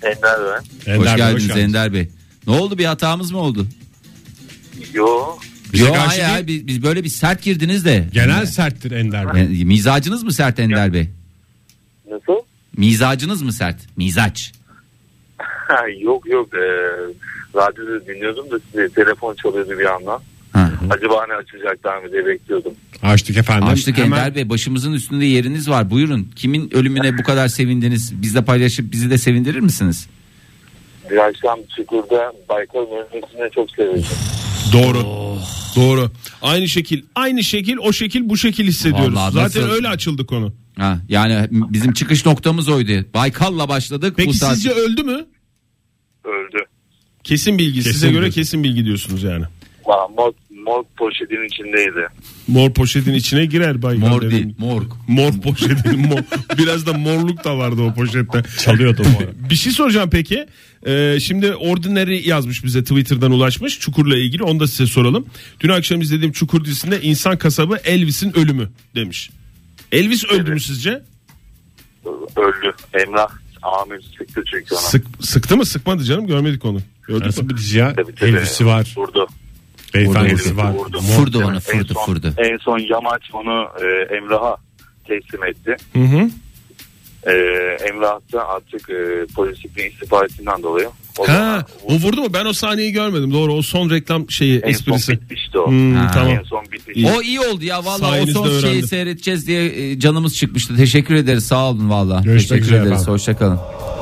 Ender ben. Hoş Ender Bey, geldiniz hoş geldiniz. Ender Bey. Ne oldu, bir hatamız mı oldu? Yo. Bize Yok karşı hayır, hayır, biz, biz böyle bir sert girdiniz de. Genel serttir Ender Bey. Yani mizacınız mı sert Ender Bey? Nasıl? Mizacınız mı sert? Mizaç. yok yok. Ee, radyoda dinliyordum da size telefon çalıyordu bir yandan. Ha. Acaba hani açacaklar mı diye bekliyordum. Açtık efendim. Açtık Hemen- Ender Bey, başımızın üstünde yeriniz var, buyurun. Kimin ölümüne bu kadar sevindiniz, bizle paylaşıp bizi de sevindirir misiniz? Bir akşam Çukur'da Baykal'ın ölmesine çok sevindim. Doğru. Doğru. Aynı şekil, aynı şekil, o şekil, bu şekil hissediyoruz. Vallahi Zaten nasıl- öyle açıldı konu. Ha, yani bizim çıkış noktamız oydu. Baykal'la başladık. Peki bu saat... sizce öldü mü? Öldü. Kesin bilgi. Kesin Size göre diyorsun. kesin bilgi diyorsunuz yani. Valla mor, mor poşetin içindeydi. Mor poşetin içine girer Baykal. Mor dediğim. değil, morg. Mor poşetin mor. Biraz da morluk da vardı o poşette. Çalıyordu o ara. Bir şey soracağım peki. Ee, şimdi Ordinary yazmış bize, Twitter'dan ulaşmış Çukur'la ilgili, onu da size soralım. Dün akşam izlediğim Çukur dizisinde insan kasabı Elvis'in ölümü demiş. Elvis öldü mü sizce? Öldü. Emrah amir sıktı çünkü ona. Sık, sıktı mı, sıkmadı canım, görmedik onu. Gördük Nasıl mü? bir dizi ya? Tabii, tabii. Elvis'i var. Vurdu. Beyefendisi Vurdu, var. vurdu. Fırdı onu, En fırdı son- fırdı. En son Yamaç onu e, Emrah'a teslim etti. Hı hı. E, Emrah da artık e, polislikten istifa ettiğinden dolayı. O Ha, zaman o vurdu mu? Ben o sahneyi görmedim. Doğru, o son reklam şeyi, en son esprisi. bitmişti o. Hmm, Ha. tamam. En son bitmişti. O iyi oldu ya vallahi, o Sayenizde son şeyi öğrendim. seyredeceğiz diye e, canımız çıkmıştı. Teşekkür ederiz, sağ olun vallahi. Görüşmek Teşekkür üzere ederiz, efendim. hoşçakalın.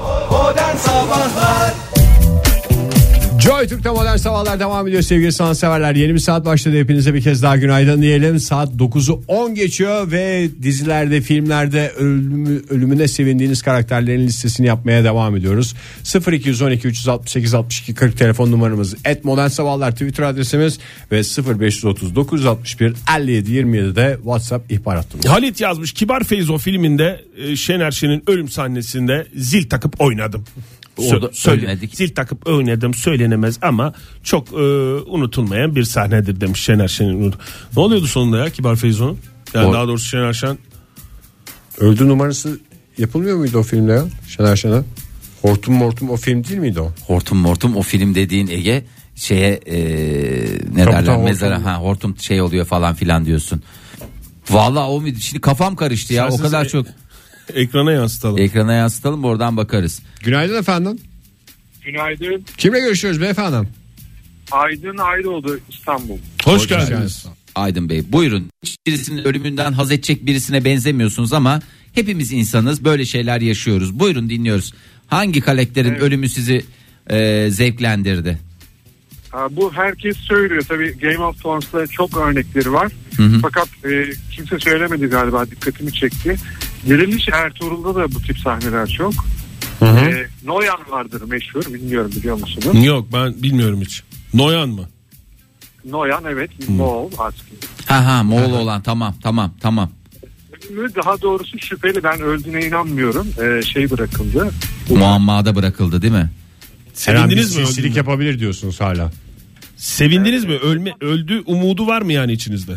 Joy Türk'te modern sabahlar devam ediyor sevgili sanatseverler. Yeni bir saat başladı, hepinize bir kez daha günaydın diyelim. Saat dokuzu on geçiyor ve dizilerde, filmlerde ölümü, ölümüne sevindiğiniz karakterlerin listesini yapmaya devam ediyoruz. sıfır iki on iki üç altı sekiz altmış iki kırk telefon numaramız, et modern sabahlar Twitter adresimiz ve sıfır beş otuz dokuz altmış bir elli yedi yirmi yedi de WhatsApp ihbar hattımız. Halit yazmış, Kibar Feyzo filminde e, Şener Şen'in ölüm sahnesinde zil takıp oynadım. Orada Sö- söyle- ölmedik. Zil takıp oynadım söylenemez ama çok e, unutulmayan bir sahnedir demiş Şener Şen'in. unut- Ne oluyordu sonunda ya Kibar Feyzo'nun? Yani O- daha doğrusu Şener Şen Öldü numarası yapılmıyor muydu o filmde ya? Şener Şen'e. Hortum mortum o film değil miydi o? Hortum mortum o film dediğin Ege, şeye e, ne Kaputan derler hortum. mezara, ha hortum şey oluyor falan filan diyorsun. Vallahi o şimdi kafam karıştı ya, o Sensiz- kadar çok. ekrana yansıtalım. Ekrana yansıtalım, oradan bakarız. Günaydın efendim. Günaydın. Kimle görüşüyoruz beyefendi? Aydın Aydoğdu, İstanbul. Hoş geldiniz. Aydın Bey buyurun. Birisinin ölümünden haz edecek birisine benzemiyorsunuz ama hepimiz insanız, böyle şeyler yaşıyoruz. Buyurun, dinliyoruz. Hangi karakterin Evet. ölümü sizi e, zevklendirdi? Ha, bu herkes söylüyor. Tabii Game of Thrones'ta çok örnekleri var. Hı hı. Fakat e, kimse söylemedi galiba, dikkatimi çekti. Diriliş Ertuğrul'da da bu tip sahneler çok. E, Noyan vardır meşhur, bilmiyorum biliyor musunuz? Yok, ben bilmiyorum hiç. Noyan mı? Noyan evet, Moğol artık. Ha ha Moğol olan, tamam tamam tamam. Ölümü daha doğrusu şüpheli, ben öldüğüne inanmıyorum. E, şey bırakıldı. Muammada bırakıldı değil mi? Sevindiniz mi? Sinsilik öldüğünde? yapabilir diyorsunuz hala. Sevindiniz mi? Ölme, öldü umudu var mı yani içinizde?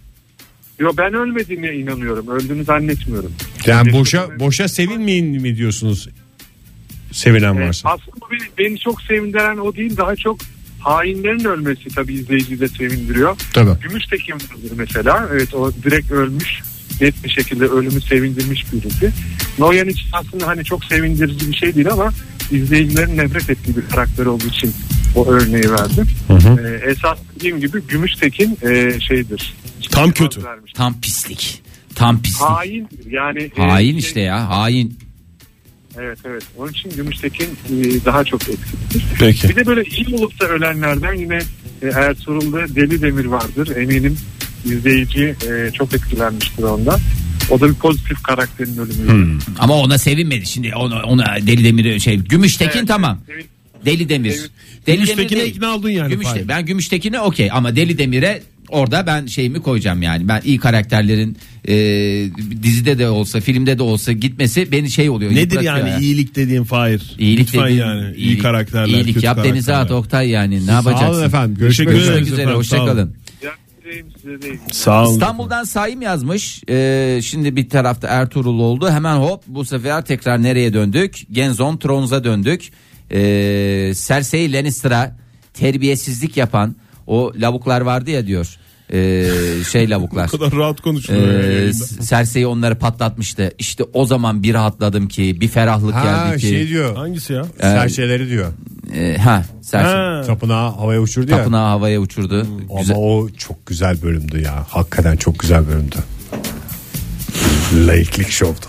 Yo, ben ölmediğine inanıyorum. Öldüğünü zannetmiyorum. Yani boşa boşa sevinmeyin mi diyorsunuz? Sevilen E, varsa. aslında beni, beni çok sevindiren o değil, daha çok hainlerin ölmesi tabii izleyiciyi de sevindiriyor. Tabii. Gümüştekin vardır mesela. Evet, o direkt ölmüş. Net bir şekilde ölümü sevindirmiş birisi. Noyan için aslında hani çok sevindirici bir şey değil ama izleyicilerin nefret ettiği bir karakter olduğu için o örneği verdim. Hı hı. Ee, esas dediğim gibi Gümüştekin e, şeydir. Tam kötü. Vermiş. Tam pislik. Tam pislik. Haindir yani. e, Hain şey- işte ya, hain. Evet evet. Onun için Gümüştekin e, daha çok etkilidir. Peki. Bir de böyle iyi olup da ölenlerden yine e, Ertuğrul'da Deli Demir vardır. Eminim izleyici e, çok etkilenmiştir ondan. O da bir pozitif karakterin ölümü. Hmm. Ama ona sevinmedi şimdi, ona, ona Deli Demir şey Gümüştekin Evet, tamam. evet. Deli Demir. Evet. Deli Gümüştekin'e Demir değil. ikna oldun yani. Gümüşte, Fahir. ben Gümüştekin'e okey ama Deli Demir'e orada ben şeyimi koyacağım yani. Ben iyi karakterlerin e, dizide de olsa, filmde de olsa gitmesi beni şey oluyor. Nedir yıpratıyor yani ya. iyilik dediğin Fahir? İyilik Lütfen dediğin, yani. iyi iyilik- karakterler. İyilik kötü yap denize at karakterler. Oktay yani. Ne Sağ yapacaksın? olun efendim. Teşekkür Görüşmek ederiz. üzere. Görüşmek üzere. efendim, sağ olun. Hoşçakalın. Ya, edeceğim size değil. Sağ olun. İstanbul'dan Saim yazmış. Ee, şimdi bir tarafta Ertuğrul oldu. Hemen hop bu sefer tekrar nereye döndük? Genzon Thrones'a döndük. Ee, Cersei Lannister'a terbiyesizlik yapan o lavuklar vardı ya diyor. Ee, şey lavuklar. O kadar rahat konuşuyor. Ee, Cersei onları patlatmıştı. İşte o zaman bir rahatladım ki, bir ferahlık Ha geldi ki. şey diyor. Hangisi ya? Serçeleri diyor. Ee, ha, Cersei. Ha. Tapınağı havaya uçurdu ya. Tapınağı havaya uçurdu. Ama Güzel. o çok güzel bölümdü ya. Hakikaten çok güzel bölümdü. Laiklik şovdu.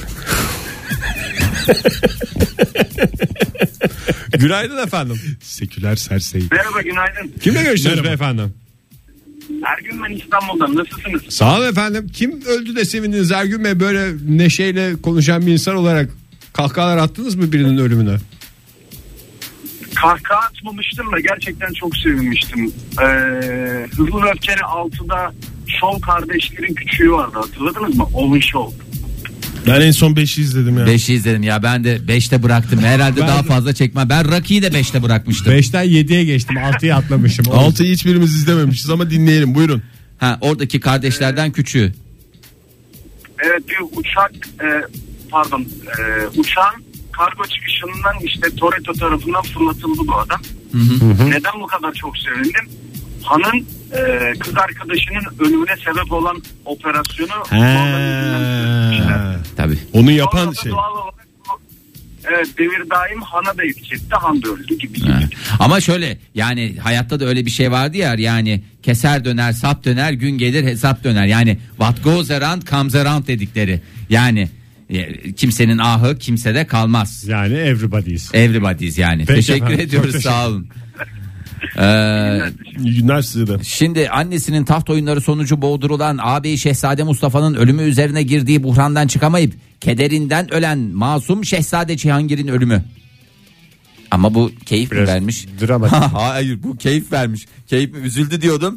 Günaydın efendim. Seküler Cersei. Merhaba, günaydın. Kimle görüşüyoruz Merhaba. beyefendi? Ergün ben İstanbul'dan. Nasılsınız? Sağ olun efendim. Kim öldü de sevindiniz Ergün Bey? Böyle neşeyle konuşan bir insan olarak kahkahalar attınız mı birinin ölümüne? Kahkaha atmamıştım da gerçekten çok sevinmiştim. Ee, Hızlı ve Öfkeli altıda Shaw kardeşlerin küçüğü vardı, hatırladınız mı? Owen Shaw. Ben en son beşi izledim ya. beşi izledim ya, ben de beşte bıraktım. Herhalde Ben- daha fazla çekmem. Ben Rocky'yi de beşte bırakmıştım. beşten yediye geçtim. altıya atlamışım. altıyı hiçbirimiz izlememişiz ama dinleyelim buyurun. Ha, oradaki kardeşlerden küçüğü. Evet, bir uçak e, pardon e, uçağın kargo çıkışından işte Toretto tarafından fırlatıldı bu adam. Hı hı. Neden bu kadar çok sevindim? Han'ın e, kız arkadaşının ölümüne sebep olan operasyonu Ha. Tabii. Onu yapan Sonra da şey. doğal olarak bu, evet, devir daim Han'a da etki etti. Han da öldü gibi. Ha. Ama şöyle, yani hayatta da öyle bir şey vardı ya, yani keser döner sap döner, gün gelir hesap döner. Yani what goes around comes around dedikleri. Yani e, kimsenin ahı kimsede kalmaz. Yani everybody's. Everybody's yani. Peki Teşekkür efendim, ediyoruz, çok sağ olun. Ee, İyi günler size de. Şimdi annesinin taht oyunları sonucu boğdurulan ağabeyi Şehzade Mustafa'nın ölümü üzerine girdiği buhrandan çıkamayıp kederinden ölen masum Şehzade Cihangir'in ölümü. Ama bu keyif mi Biraz vermiş? dramatik. Hayır, bu keyif vermiş. Keyif mi, üzüldü diyordum.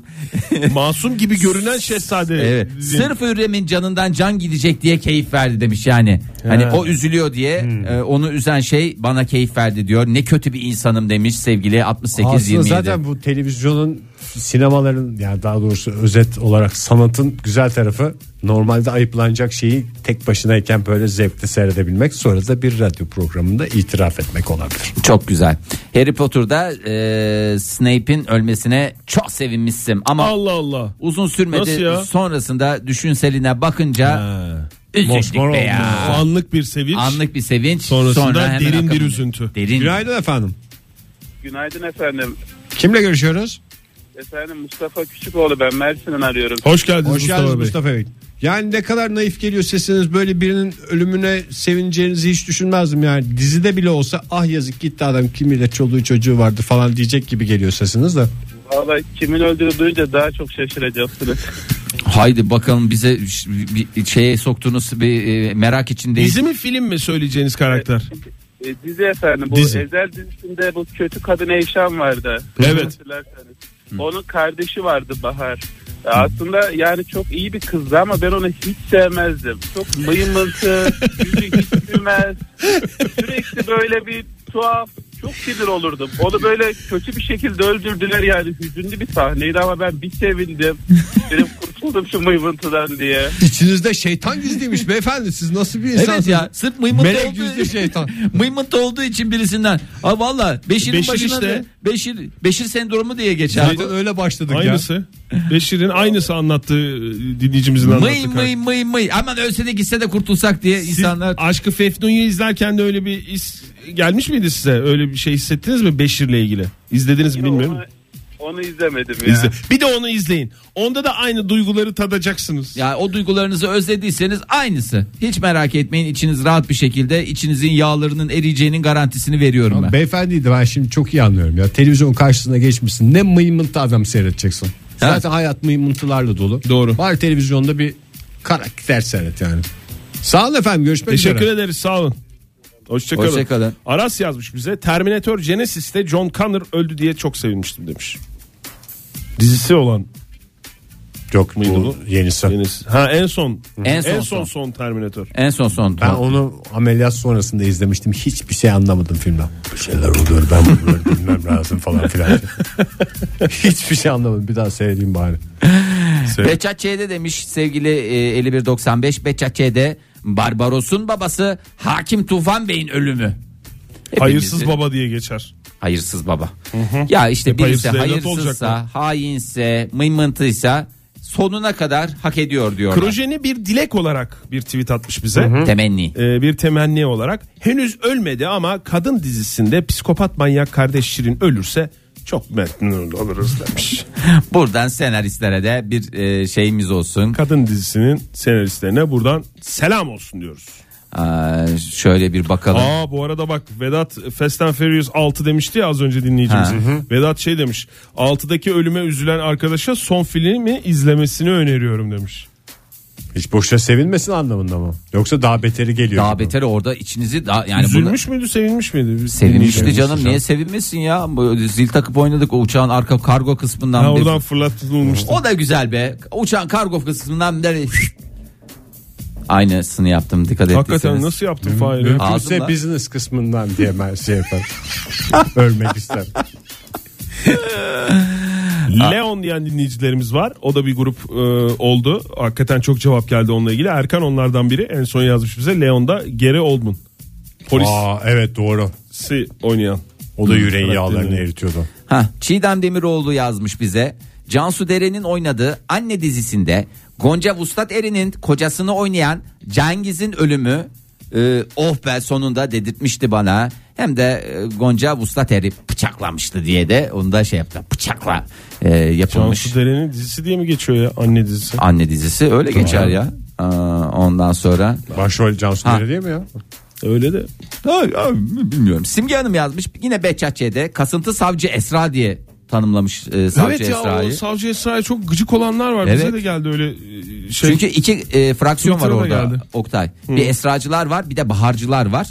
Masum gibi görünen şehzade. Evet. Sırf Hürrem'in canından can gidecek diye keyif verdi demiş yani. Hani He. o üzülüyor diye e, onu üzen şey bana keyif verdi diyor. Ne kötü bir insanım demiş sevgili altmış sekiz Aslında yirmi yedi. zaten bu televizyonun, sinemaların, yani daha doğrusu özet olarak sanatın güzel tarafı normalde ayıplanacak şeyi tek başınayken böyle zevkle seyredebilmek, sonra da bir radyo programında itiraf etmek olabilir. Çok güzel. Harry Potter'da e, Snape'in ölmesine çok sevinmişsin ama Allah Allah. uzun Nasıl sürmedi. ya? Sonrasında düşünseline bakınca Ha. üzüldük Mosmor be oldu. ya. Anlık bir sevinç. Anlık bir sevinç. Sonrasında sonra hemen derin bir akabinde- üzüntü. Derin. Günaydın efendim. Günaydın efendim. Kimle görüşüyoruz? Efendim Mustafa Küçükoğlu, ben Mersin'den arıyorum. Hoş geldiniz Hoş Mustafa geldiniz Bey. Mustafa Bey. Yani ne kadar naif geliyor sesiniz, böyle birinin ölümüne sevineceğinizi hiç düşünmezdim yani. Dizide bile olsa ah yazık gitti adam, kimiyle çoluğu çocuğu vardı falan diyecek gibi geliyor sesiniz de. Vallahi kimin öldüğünü duyunca daha çok şaşıracaksınız. Haydi bakalım, bize ş- bir şeye soktuğunuz bir e, merak içindeyiz. Dizi mi film mi söyleyeceğiniz karakter? E, dizi efendim. Bu Dizi. Ezel dizisinde bu kötü kadın Eyşan vardı. Evet. Hatırlarsanız. Onun kardeşi vardı Bahar. E, Aslında yani çok iyi bir kızdı ama ben onu hiç sevmezdim. Çok mıymıntı, yüzü hiç gülmez. Sürekli böyle bir tuhaf, çok sinir olurdum. Onu böyle kötü bir şekilde öldürdüler yani, hüzünlü bir sahneydi ama ben bir sevindim. Benim kurtuldum şu mıymıntıdan diye. İçinizde şeytan gizliymiş beyefendi, siz nasıl bir insansınız? Evet ya, sırf mıymıntı Melek olduğu, yüzlü şeytan. mıymıntı olduğu için birisinden. Aa, valla Beşir'in Beşir başına işte. da Beşir, Beşir sendromu diye geçer. Zaten öyle başladık ya. Aynısı. Beşir'in aynısı anlattığı dinleyicimizin anlattığı. Mıy mıy mıy mıy. Aman ölse de gitse de kurtulsak diye Siz insanlar. Aşkı Fefnu'yu izlerken de öyle bir his gelmiş miydi size? Öyle bir şey hissettiniz mi Beşir'le ilgili? İzlediniz mi bilmiyorum. Onu, onu izlemedim ya. İzle. Bir de onu izleyin. Onda da aynı duyguları tadacaksınız. Ya o duygularınızı özlediyseniz aynısı. Hiç merak etmeyin, içiniz rahat bir şekilde, içinizin yağlarının eriyeceğinin garantisini veriyorum ben. Beyefendiydi, ben şimdi çok iyi anlıyorum ya. Televizyon karşısına geçmişsin, ne mıymıntı adam seyredeceksin. Zaten hayat mıymıntılarla dolu. Doğru. Var televizyonda bir karakter seyret yani. Sağ olun efendim, görüşmek Teşekkür üzere. ederiz, sağ olun. Hoşçakalın. Hoşçakalın. Aras yazmış bize. Terminator Genesis'te John Connor öldü diye çok sevinmiştim demiş. Dizisi olan Yok mıydı bu bu? yenisi. Genesis. Ha en son. En son en son. son son Terminator. En son son. Ben onu ameliyat sonrasında izlemiştim. Hiçbir şey anlamadım filmden. Bir şeyler oluyor, ben bunları bilmem lazım falan filan. Hiçbir şey anlamadım. Bir daha seyredeyim bari. Beccace'de demiş sevgili e, elli bir doksan beş Beccace'de Barbaros'un babası Hakim Tufan Bey'in ölümü. Hepimizi... Hayırsız baba diye geçer. Hayırsız baba. Hı hı. Ya işte Hep birisi hayırsız hayırsızsa, hainse, mıymıntıysa sonuna kadar hak ediyor diyorlar. Krojeni bir dilek olarak bir tweet atmış bize. Hı hı. Temenni. Ee, bir temenni olarak. Henüz ölmedi ama kadın dizisinde psikopat manyak kardeş Şirin ölürse çok memnun oluruz demiş. Buradan senaristlere de bir e, şeyimiz olsun. Kadın dizisinin senaristlerine buradan selam olsun diyoruz. Aa, şöyle bir bakalım. Aa bu arada bak Vedat Fast and Furious altı demişti ya az önce dinleyicimiz. Vedat şey demiş. altıdaki ölüme üzülen arkadaşa son filmi izlemesini öneriyorum demiş. Hiç boşuna sevinmesin anlamında mı? Yoksa daha beteri geliyor. Daha beteri orada içinizi daha yani üzülmüş bunu... müydü, sevinmiş miydi? Sevinmişti canım. Niye sevinmesin ya? Zil takıp oynadık o uçağın arka kargo kısmından. Ha, oradan fırlatılmıştı. O da güzel be. Uçağın kargo kısmından bir aynısını yaptım, dikkat ettiyseniz. Hakikaten nasıl yaptın Fahir? Mümkünse business kısmından diye ben şey yaparım. Ölmek ister. Leon diyen dinleyicilerimiz var. O da bir grup e, oldu. Hakikaten çok cevap geldi onunla ilgili. Erkan onlardan biri. En son yazmış bize. Leon'da Gary Oldman. Polis. Aa, evet doğru. Si oynayan. O da yüreğin yağlarını eritiyordu. Ha, Çiğdem Demiroğlu yazmış bize. Cansu Deren'in oynadığı Anne dizisinde Gonca Vuslat Eri'nin kocasını oynayan Cengiz'in ölümü e, oh be sonunda dedirtmişti bana. Hem de e, Gonca Vuslat Eri bıçaklamıştı diye de onu da şey yaptı. Bıçakla e, yapılmış. Cansu Deren'in dizisi diye mi geçiyor ya, Anne dizisi? Anne dizisi öyle tamam. Geçer ya. Aa, ondan sonra. Başrol Cansu Deren değil mi ya? Öyle de. Ay, ay, bilmiyorum. Simge Hanım yazmış yine Behçetçi'de kasıntı savcı Esra diye tanımlamış e, savcı evet ya, Esra'yı. O savcı Esra'ya çok gıcık olanlar var. Evet. Bize de geldi öyle şey. Çünkü iki e, fraksiyon var orada geldi. Oktay. Hı. Bir esracılar var, bir de baharcılar var.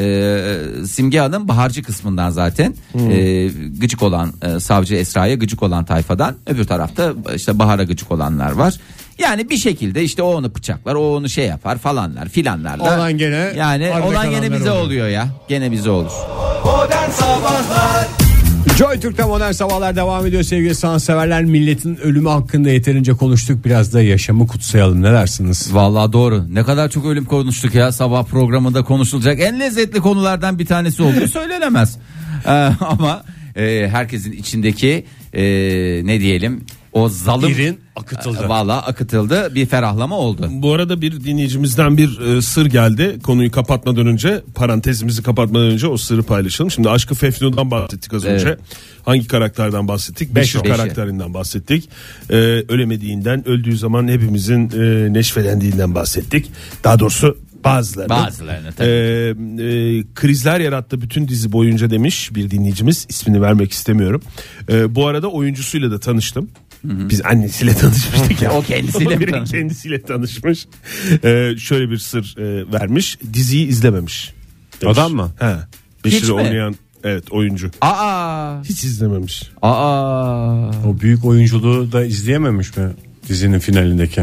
Ee, Simge Hanım baharcı kısmından zaten ee, gıcık olan e, savcı Esra'ya gıcık olan tayfadan, öbür tarafta işte bahara gıcık olanlar var. Yani bir şekilde işte o onu bıçaklar, o onu şey yapar falanlar filanlarla. Olan gene yani olan gene bize oluyor. oluyor ya. Gene bize olur. Modern Sabahlar. Joy Türk'te Modern Sabahlar devam ediyor sevgili sanatseverler. Milletin ölümü hakkında yeterince konuştuk. Biraz da yaşamı kutsayalım, ne dersiniz? Vallahi doğru. Ne kadar çok ölüm konuştuk ya. Sabah programında konuşulacak en lezzetli konulardan bir tanesi olduğu söylenemez. Ee, ama e, herkesin içindeki e, ne diyelim o zalim İrin akıtıldı. Vallahi akıtıldı, bir ferahlama oldu. Bu arada bir dinleyicimizden bir e, sır geldi. Konuyu kapatmadan önce, parantezimizi kapatmadan önce o sırrı paylaşalım. Şimdi Aşk-ı Fefnun'dan bahsettik az önce. Evet. Hangi karakterden bahsettik? Beşir Beşir karakterinden bahsettik. Ee, ölemediğinden, öldüğü zaman hepimizin e, neşvelendiğinden bahsettik. Daha doğrusu bazılarını. Bazılarını tabii. Ee, e, krizler yarattı bütün dizi boyunca demiş bir dinleyicimiz. İsmini vermek istemiyorum. Ee, bu arada oyuncusuyla da tanıştım. Hı-hı. Biz annesiyle tanışmıştık ya. O kendisiyle mi tanışmış? Kendisiyle tanışmış. Ee, şöyle bir sır e, vermiş. Diziyi izlememiş. Demiş. Adam mı? He. Beşir'i oynayan evet oyuncu. Aa. Hiç izlememiş. Aa. O büyük oyunculuğu da izleyememiş mi dizinin finalindeki?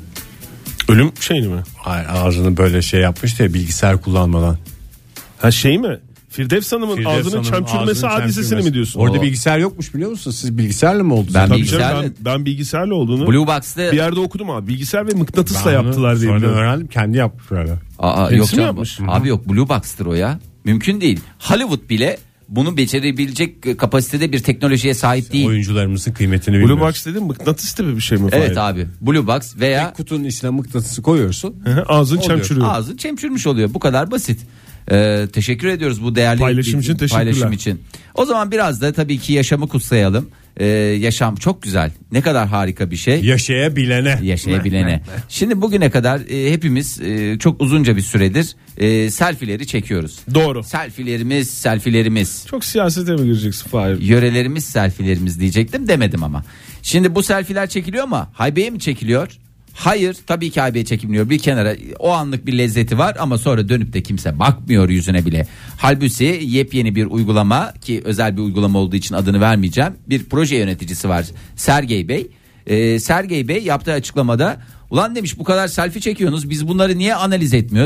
Ölüm şeyini mi? Hayır, ağzını böyle şey yapmıştı ya, bilgisayar kullanmadan. Ha şey mi? Firdevs Hanım'ın Firdevs ağzının Hanım'ın çemçürmesi ağzının hadisesini çemçürmesi. mi diyorsun? Orada O... bilgisayar yokmuş biliyor musun? Siz bilgisayarla mı oldu? Ben Tabii bilgisayarla... canım, ben, ben bilgisayarla olduğunu Blue Box'ta bir yerde okudum abi. Bilgisayar ve mıknatısla Ben yaptılar diye sonra biliyorum. öğrendim, kendi yapmış böyle. Aa, yok Kendisi mi canım. yapmış? Abi yok, Blue Box'tır o ya. Mümkün değil. Hollywood bile bunu becerebilecek kapasitede bir teknolojiye sahip değil. Oyuncularımızın kıymetini Blue bilmiyoruz. Box dedim, mıknatıs gibi bir şey mi? Evet Fahir? abi. Blue Box veya Bir kutunun içine mıknatısı koyuyorsun. Ağzın Oluyor. çemçürüyor. ağzın çemçürmüş oluyor. Bu kadar basit. Ee, teşekkür ediyoruz bu değerli Paylaşım için teşekkürler. paylaşım için. O zaman biraz da tabii ki yaşamı kutsayalım. Ee, yaşam çok güzel. Ne kadar harika bir şey. Yaşayabilene. Yaşayabilene. Şimdi bugüne kadar e, hepimiz e, çok uzunca bir süredir e, selfie'leri çekiyoruz. Doğru. Selfie'lerimiz, selfie'lerimiz. Çok siyasete mi gireceksin Fahir? Yörelerimiz, selfie'lerimiz diyecektim, demedim ama. Şimdi bu selfie'ler çekiliyor ama haybeye mi çekiliyor? Hayır, tabii ki haybeye çekilmiyor. Bir kenara, o anlık bir lezzeti var ama sonra dönüp de kimse bakmıyor yüzüne bile. Halbuki yepyeni bir uygulama, ki özel bir uygulama olduğu için adını vermeyeceğim, bir proje yöneticisi var, Sergey Bey. Ee, Sergey Bey yaptığı açıklamada, ulan demiş bu kadar selfie çekiyorsunuz, biz bunları niye analiz etmiyoruz?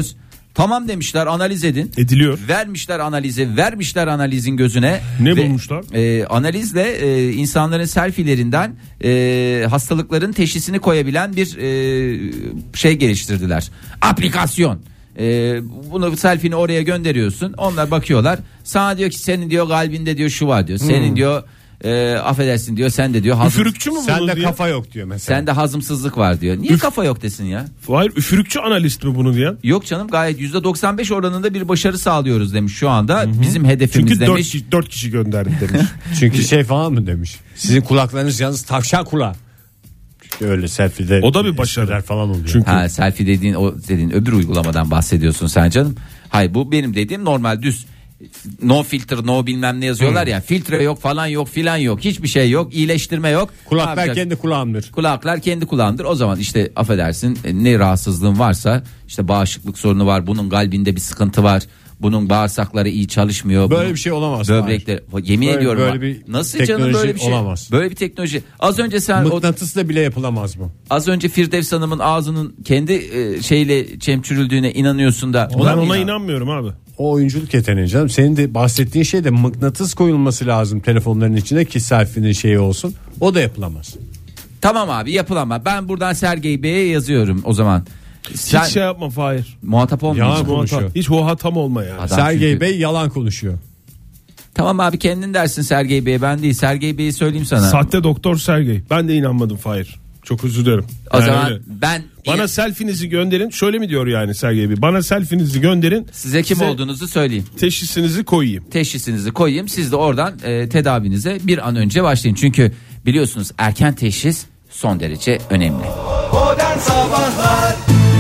Tamam demişler, analiz edin. Ediliyor. Vermişler analizi, vermişler analizin gözüne. Ne Ve, bulmuşlar? E, analizle e, insanların selfielerinden e, hastalıkların teşhisini koyabilen bir e, şey geliştirdiler. Aplikasyon. E, bunu selfie'ni oraya gönderiyorsun. Onlar bakıyorlar. Sana diyor ki senin diyor kalbinde diyor şu var diyor. Senin hmm. diyor e, affedersin diyor, sen de diyor hazım, üfürükçü mü bunu Sende diye? kafa yok diyor mesela. Sende hazımsızlık var diyor. Niye Üf. kafa yok desin ya? Hayır, üfürükçü analist mi bunu diyen? Yok canım, gayet yüzde doksan beş oranında bir başarı sağlıyoruz demiş şu anda. Hı-hı. Bizim hedefimiz Çünkü demiş. Çünkü dört kişi gönderdi demiş. Çünkü şey falan mı demiş. Sizin kulaklarınız yalnız tavşan kulağı. Öyle selfie'de. O da bir başarı falan oluyor. Çünkü ha, selfie dediğin o dediğin öbür uygulamadan bahsediyorsun sen canım. Hayır, bu benim dediğim normal düz. No filter, no bilmem ne yazıyorlar hmm. ya. Filtre yok falan yok filan yok. Hiçbir şey yok. İyileştirme yok. Kulaklar kendi kulağımdır. Kulaklar kendi kulağımdır. O zaman işte affedersin, ne rahatsızlığın varsa, işte bağışıklık sorunu var. Bunun kalbinde bir sıkıntı var. Bunun bağırsakları iyi çalışmıyor. Böyle bunun bir şey olamaz. Böbrekler. Yemin böyle, ediyorum. Böyle bir nasıl canım böyle bir şey? Olamaz. Böyle bir teknoloji. Az önce sen mıknatısla bile yapılamaz bu. Az önce Firdevs Hanım'ın ağzının kendi e, şeyle çemçürüldüğüne inanıyorsun da. Ben ona inan- inanmıyorum abi. O oyunculuk yeteneği canım. Senin de bahsettiğin şey de mıknatıs koyulması lazım telefonların içine ki selfie'nin şeyi olsun. O da yapılamaz. Tamam abi, yapılamaz. Ben buradan Sergey Bey'e yazıyorum o zaman. Sen hiç şey yapma Fahir. Muhatap olmuyorsun. Muhatap. Hiç muhatap olma yani. Adam Sergey çünkü... Bey yalan konuşuyor. Tamam abi, kendin dersin Sergey Bey'e, ben değil. Sergey Bey'i söyleyeyim sana. Sahte doktor Sergey. Ben de inanmadım Fahir. Çok özür dilerim. O yani zaman öyle. ben... Bana selfinizi gönderin. Şöyle mi diyor yani Sergey Bey? Bana selfinizi gönderin. Size kim size olduğunuzu söyleyeyim. Teşhisinizi koyayım. Teşhisinizi koyayım. Siz de oradan e, tedavinize bir an önce başlayın. Çünkü biliyorsunuz erken teşhis son derece önemli. Modern Sabahlar.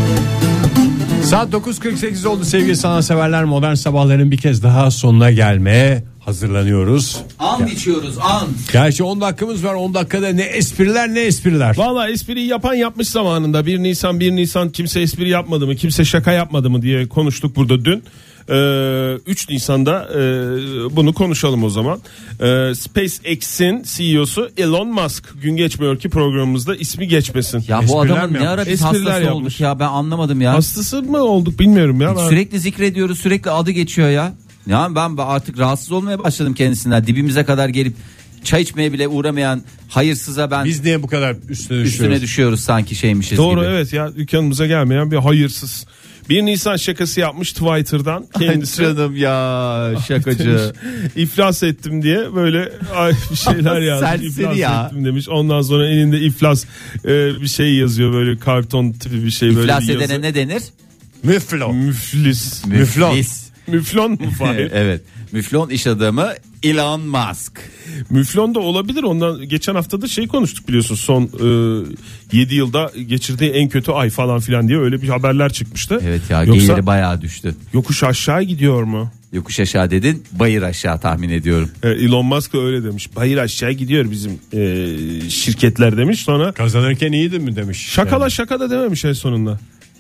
Saat dokuz kırk sekiz oldu sevgili sanatseverler. Modern Sabahların bir kez daha sonuna gelmeye hazırlanıyoruz. An içiyoruz, an. Gerçi on dakikamız var. on dakikada ne espriler ne espriler. Valla espriyi yapan yapmış zamanında. bir Nisan bir Nisan kimse espri yapmadı mı, kimse şaka yapmadı mı diye konuştuk burada dün. Ee, üç Nisan'da e, bunu konuşalım o zaman. Ee, SpaceX'in C E O'su Elon Musk, gün geçmiyor ki programımızda ismi geçmesin. Ya bu espriler adamın ne ara biz hastası yapmış. Olduk ya, ben anlamadım ya. Hastası mı olduk bilmiyorum ya. Ben... Sürekli zikrediyoruz, sürekli adı geçiyor ya. Ya ben artık rahatsız olmaya başladım kendisinden. Dibimize kadar gelip çay içmeye bile uğramayan hayırsıza ben. Biz niye bu kadar üstüne düşüyoruz? Üstüne düşüyoruz sanki şeymişiz Doğru, gibi. Doğru, evet ya, dükkanımıza gelmeyen bir hayırsız. bir Nisan şakası yapmış Twitter'dan kendisi. Ay canım ya, şakacı. İflas ettim diye böyle ay, bir şeyler yazmış. İflas ya. ettim demiş. Ondan sonra elinde iflas e, bir şey yazıyor, böyle karton tipi bir şey. İflas böyle edene ne denir? Müflon. Müflis. Müflon. Müflon mu Fahir? Evet. Müflon iş adamı Elon Musk. Müflon da olabilir. Ondan geçen hafta da şey konuştuk biliyorsun, son e, yedi yılda geçirdiği en kötü ay falan filan diye öyle bir haberler çıkmıştı. Evet ya, Yoksa, geliri bayağı düştü. Yokuş aşağı gidiyor mu? Yokuş aşağı dedin, bayır aşağı tahmin ediyorum. E, Elon Musk öyle demiş. Bayır aşağı gidiyor bizim e, şirketler demiş. Sonra kazanırken iyiydi mi demiş. Şakala yani. Şaka da dememiş en sonunda.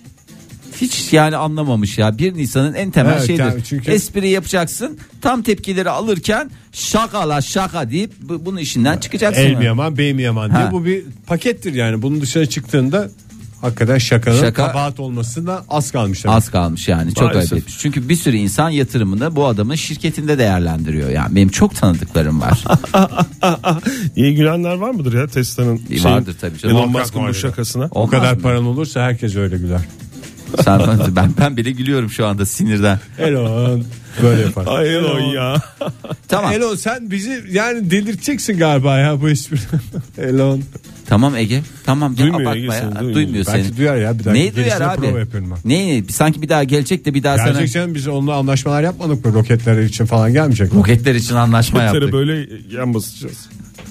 Hiç yani anlamamış ya. bir Nisan'ın en temel evet, şeyidir. Yani çünkü... Espri yapacaksın. Tam tepkileri alırken şakala şaka deyip bu, bunun işinden çıkacaksın. El mi yaman, bey mi yaman diye. Bu bir pakettir yani. Bunun dışına çıktığında hakikaten şakanın Şaka, kabahat olmasına az kalmış. Az yani. kalmış yani. Çok ayıp etmiş. Çünkü bir sürü insan yatırımını bu adamın şirketinde değerlendiriyor. Yani benim çok tanıdıklarım var. İyi gülenler var mıdır ya Tesla'nın? Vardır tabii canım. Elon Musk'ın bu şakasına. O Olmaz kadar mı? paran olursa herkes öyle güler. Sen, ben ben bile gülüyorum şu anda sinirden. Elon böyle yapar. Ay Elon ya. Tamam. Elon sen bizi yani delirteceksin galiba ya bu espri. Elon. Tamam Ege. Tamam gel duymuyor abartma Ege, ya. duymuyor. Duymuyor seni. Belki duyar ya bir daha. Neyi duyar abi? Neyi? Sanki bir daha gelecek de bir daha gelecek sana. Gelecek canım, biz onunla anlaşmalar yapmadık mı? Roketler için falan gelmeyecek mi? Roketler için anlaşma Roketlere yaptık. böyle yan basacağız.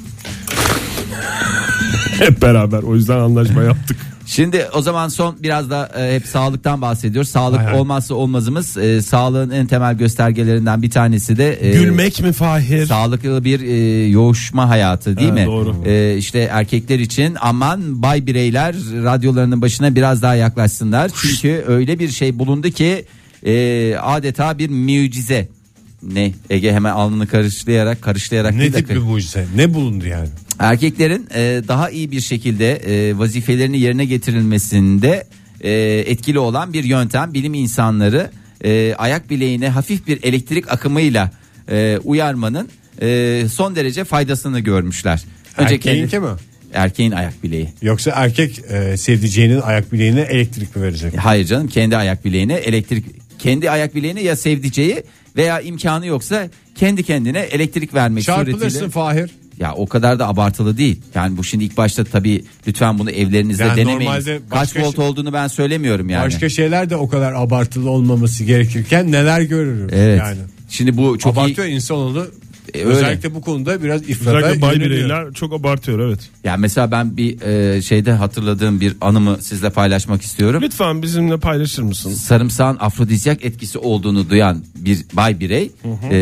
Hep beraber, o yüzden anlaşma yaptık. Şimdi o zaman son biraz da e, hep sağlıktan bahsediyoruz. Sağlık hay olmazsa olmazımız. E, sağlığın en temel göstergelerinden bir tanesi de e, gülmek mi Fahir? Sağlıklı bir e, yoğuşma hayatı değil ha, mi? Doğru. E, işte erkekler için aman bay bireyler radyolarının başına biraz daha yaklaşsınlar. Çünkü öyle bir şey bulundu ki e, adeta bir mucize. Ne? Ege hemen alnını karışlayarak karışlayarak ne tip bir mucize? Ne bulundu yani? Erkeklerin e, daha iyi bir şekilde e, vazifelerini yerine getirilmesinde e, etkili olan bir yöntem. Bilim insanları e, ayak bileğine hafif bir elektrik akımıyla e, uyarmanın e, son derece faydasını görmüşler. Önce Erkeğinki kendi, mi? Erkeğin ayak bileği. Yoksa erkek e, sevdiceğinin ayak bileğine elektrik mi verecek? Hayır canım, kendi ayak bileğine elektrik, kendi ayak bileğine ya sevdiceği veya imkanı yoksa kendi kendine elektrik vermek suretiyle. Çarpılırsın Fahir. Ya o kadar da abartılı değil. Yani bu şimdi ilk başta tabii lütfen bunu evlerinizde Yani denemeyin. normalde Kaç başka volt şey- olduğunu ben söylemiyorum yani. Başka şeyler de o kadar abartılı olmaması gerekirken neler görürüz Evet. yani. Şimdi bu çok Abartıyor iyi. insanoğlu. E, öyle. Özellikle bu konuda biraz ifrata Özellikle bay yöneliyor. bireyler çok abartıyor, evet. Yani mesela ben bir e, şeyde hatırladığım bir anımı sizle paylaşmak istiyorum. Lütfen bizimle paylaşır mısın? Sarımsağın afrodizyak etkisi olduğunu duyan bir bay birey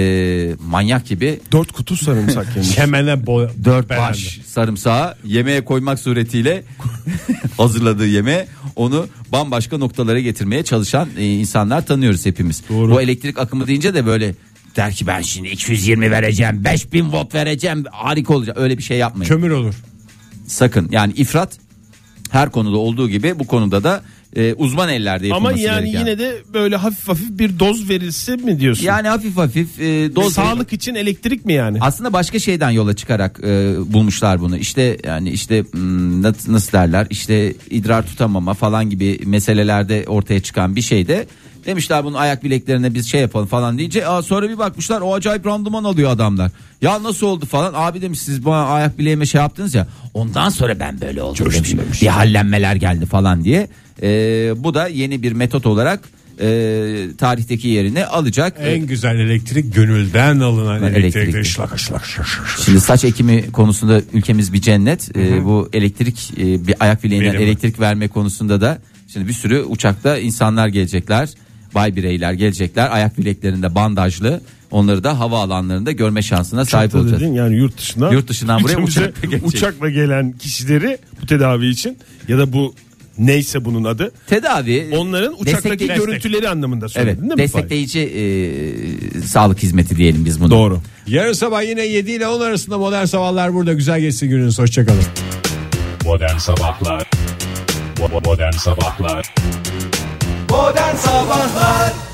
e, manyak gibi Dört kutu sarımsak yemiş. Kemene bo- dört beğendi. baş sarımsağı yemeğe koymak suretiyle hazırladığı yemeğe onu bambaşka noktalara getirmeye çalışan e, insanlar tanıyoruz hepimiz. Doğru. Bu elektrik akımı deyince de böyle der ki ben şimdi iki yüz yirmi vereceğim, beş bin volt vereceğim, harika olacak. Öyle bir şey yapmayın. Kömür olur. Sakın, yani ifrat her konuda olduğu gibi bu konuda da e, uzman ellerde Ama yapılması yani gereken. yine de böyle hafif hafif bir doz verilse mi diyorsun? Yani hafif hafif e, doz Sağlık için elektrik mi yani? aslında başka şeyden yola çıkarak e, bulmuşlar bunu. İşte yani işte hmm, nasıl, nasıl derler? İşte idrar tutamama falan gibi meselelerde ortaya çıkan bir şeyde demişler bunun ayak bileklerine biz şey yapalım falan deyince aa, sonra bir bakmışlar o acayip randıman alıyor adamlar. Ya nasıl oldu falan, abi demiş siz bana ayak bileğime şey yaptınız ya, ondan sonra ben böyle oldum demiş. Bir hallenmeler geldi falan diye. E, bu da yeni bir metot olarak e, tarihteki yerini alacak. En güzel elektrik gönülden alınan Elektrik. elektrikler. Şlak şlak şlak şlak. Şimdi saç ekimi konusunda ülkemiz bir cennet. Ee, bu elektrik e, bir ayak bileğinden Benim. elektrik verme konusunda da şimdi bir sürü uçakta insanlar gelecekler. Bay bireyler gelecekler. Ayak bileklerinde bandajlı. Onları da havaalanlarında görme şansına sahip Uçakta olacağız. dedin, yani yurt dışından. Yurt dışından buraya ülkemize uçakla gelecek. uçakla gelen kişileri bu tedavi için ya da bu neyse bunun adı. Tedavi. Onların uçaktaki destekleyici- görüntüleri anlamında söyledin Evet, değil mi? destekleyici e, sağlık hizmeti diyelim biz bunu. Doğru. Yarın sabah yine yedi ile on arasında Modern Sabahlar burada. Güzel geçsin gününüz. Hoşçakalın. Modern Sabahlar Bo- Modern Sabahlar Modern Sabahlar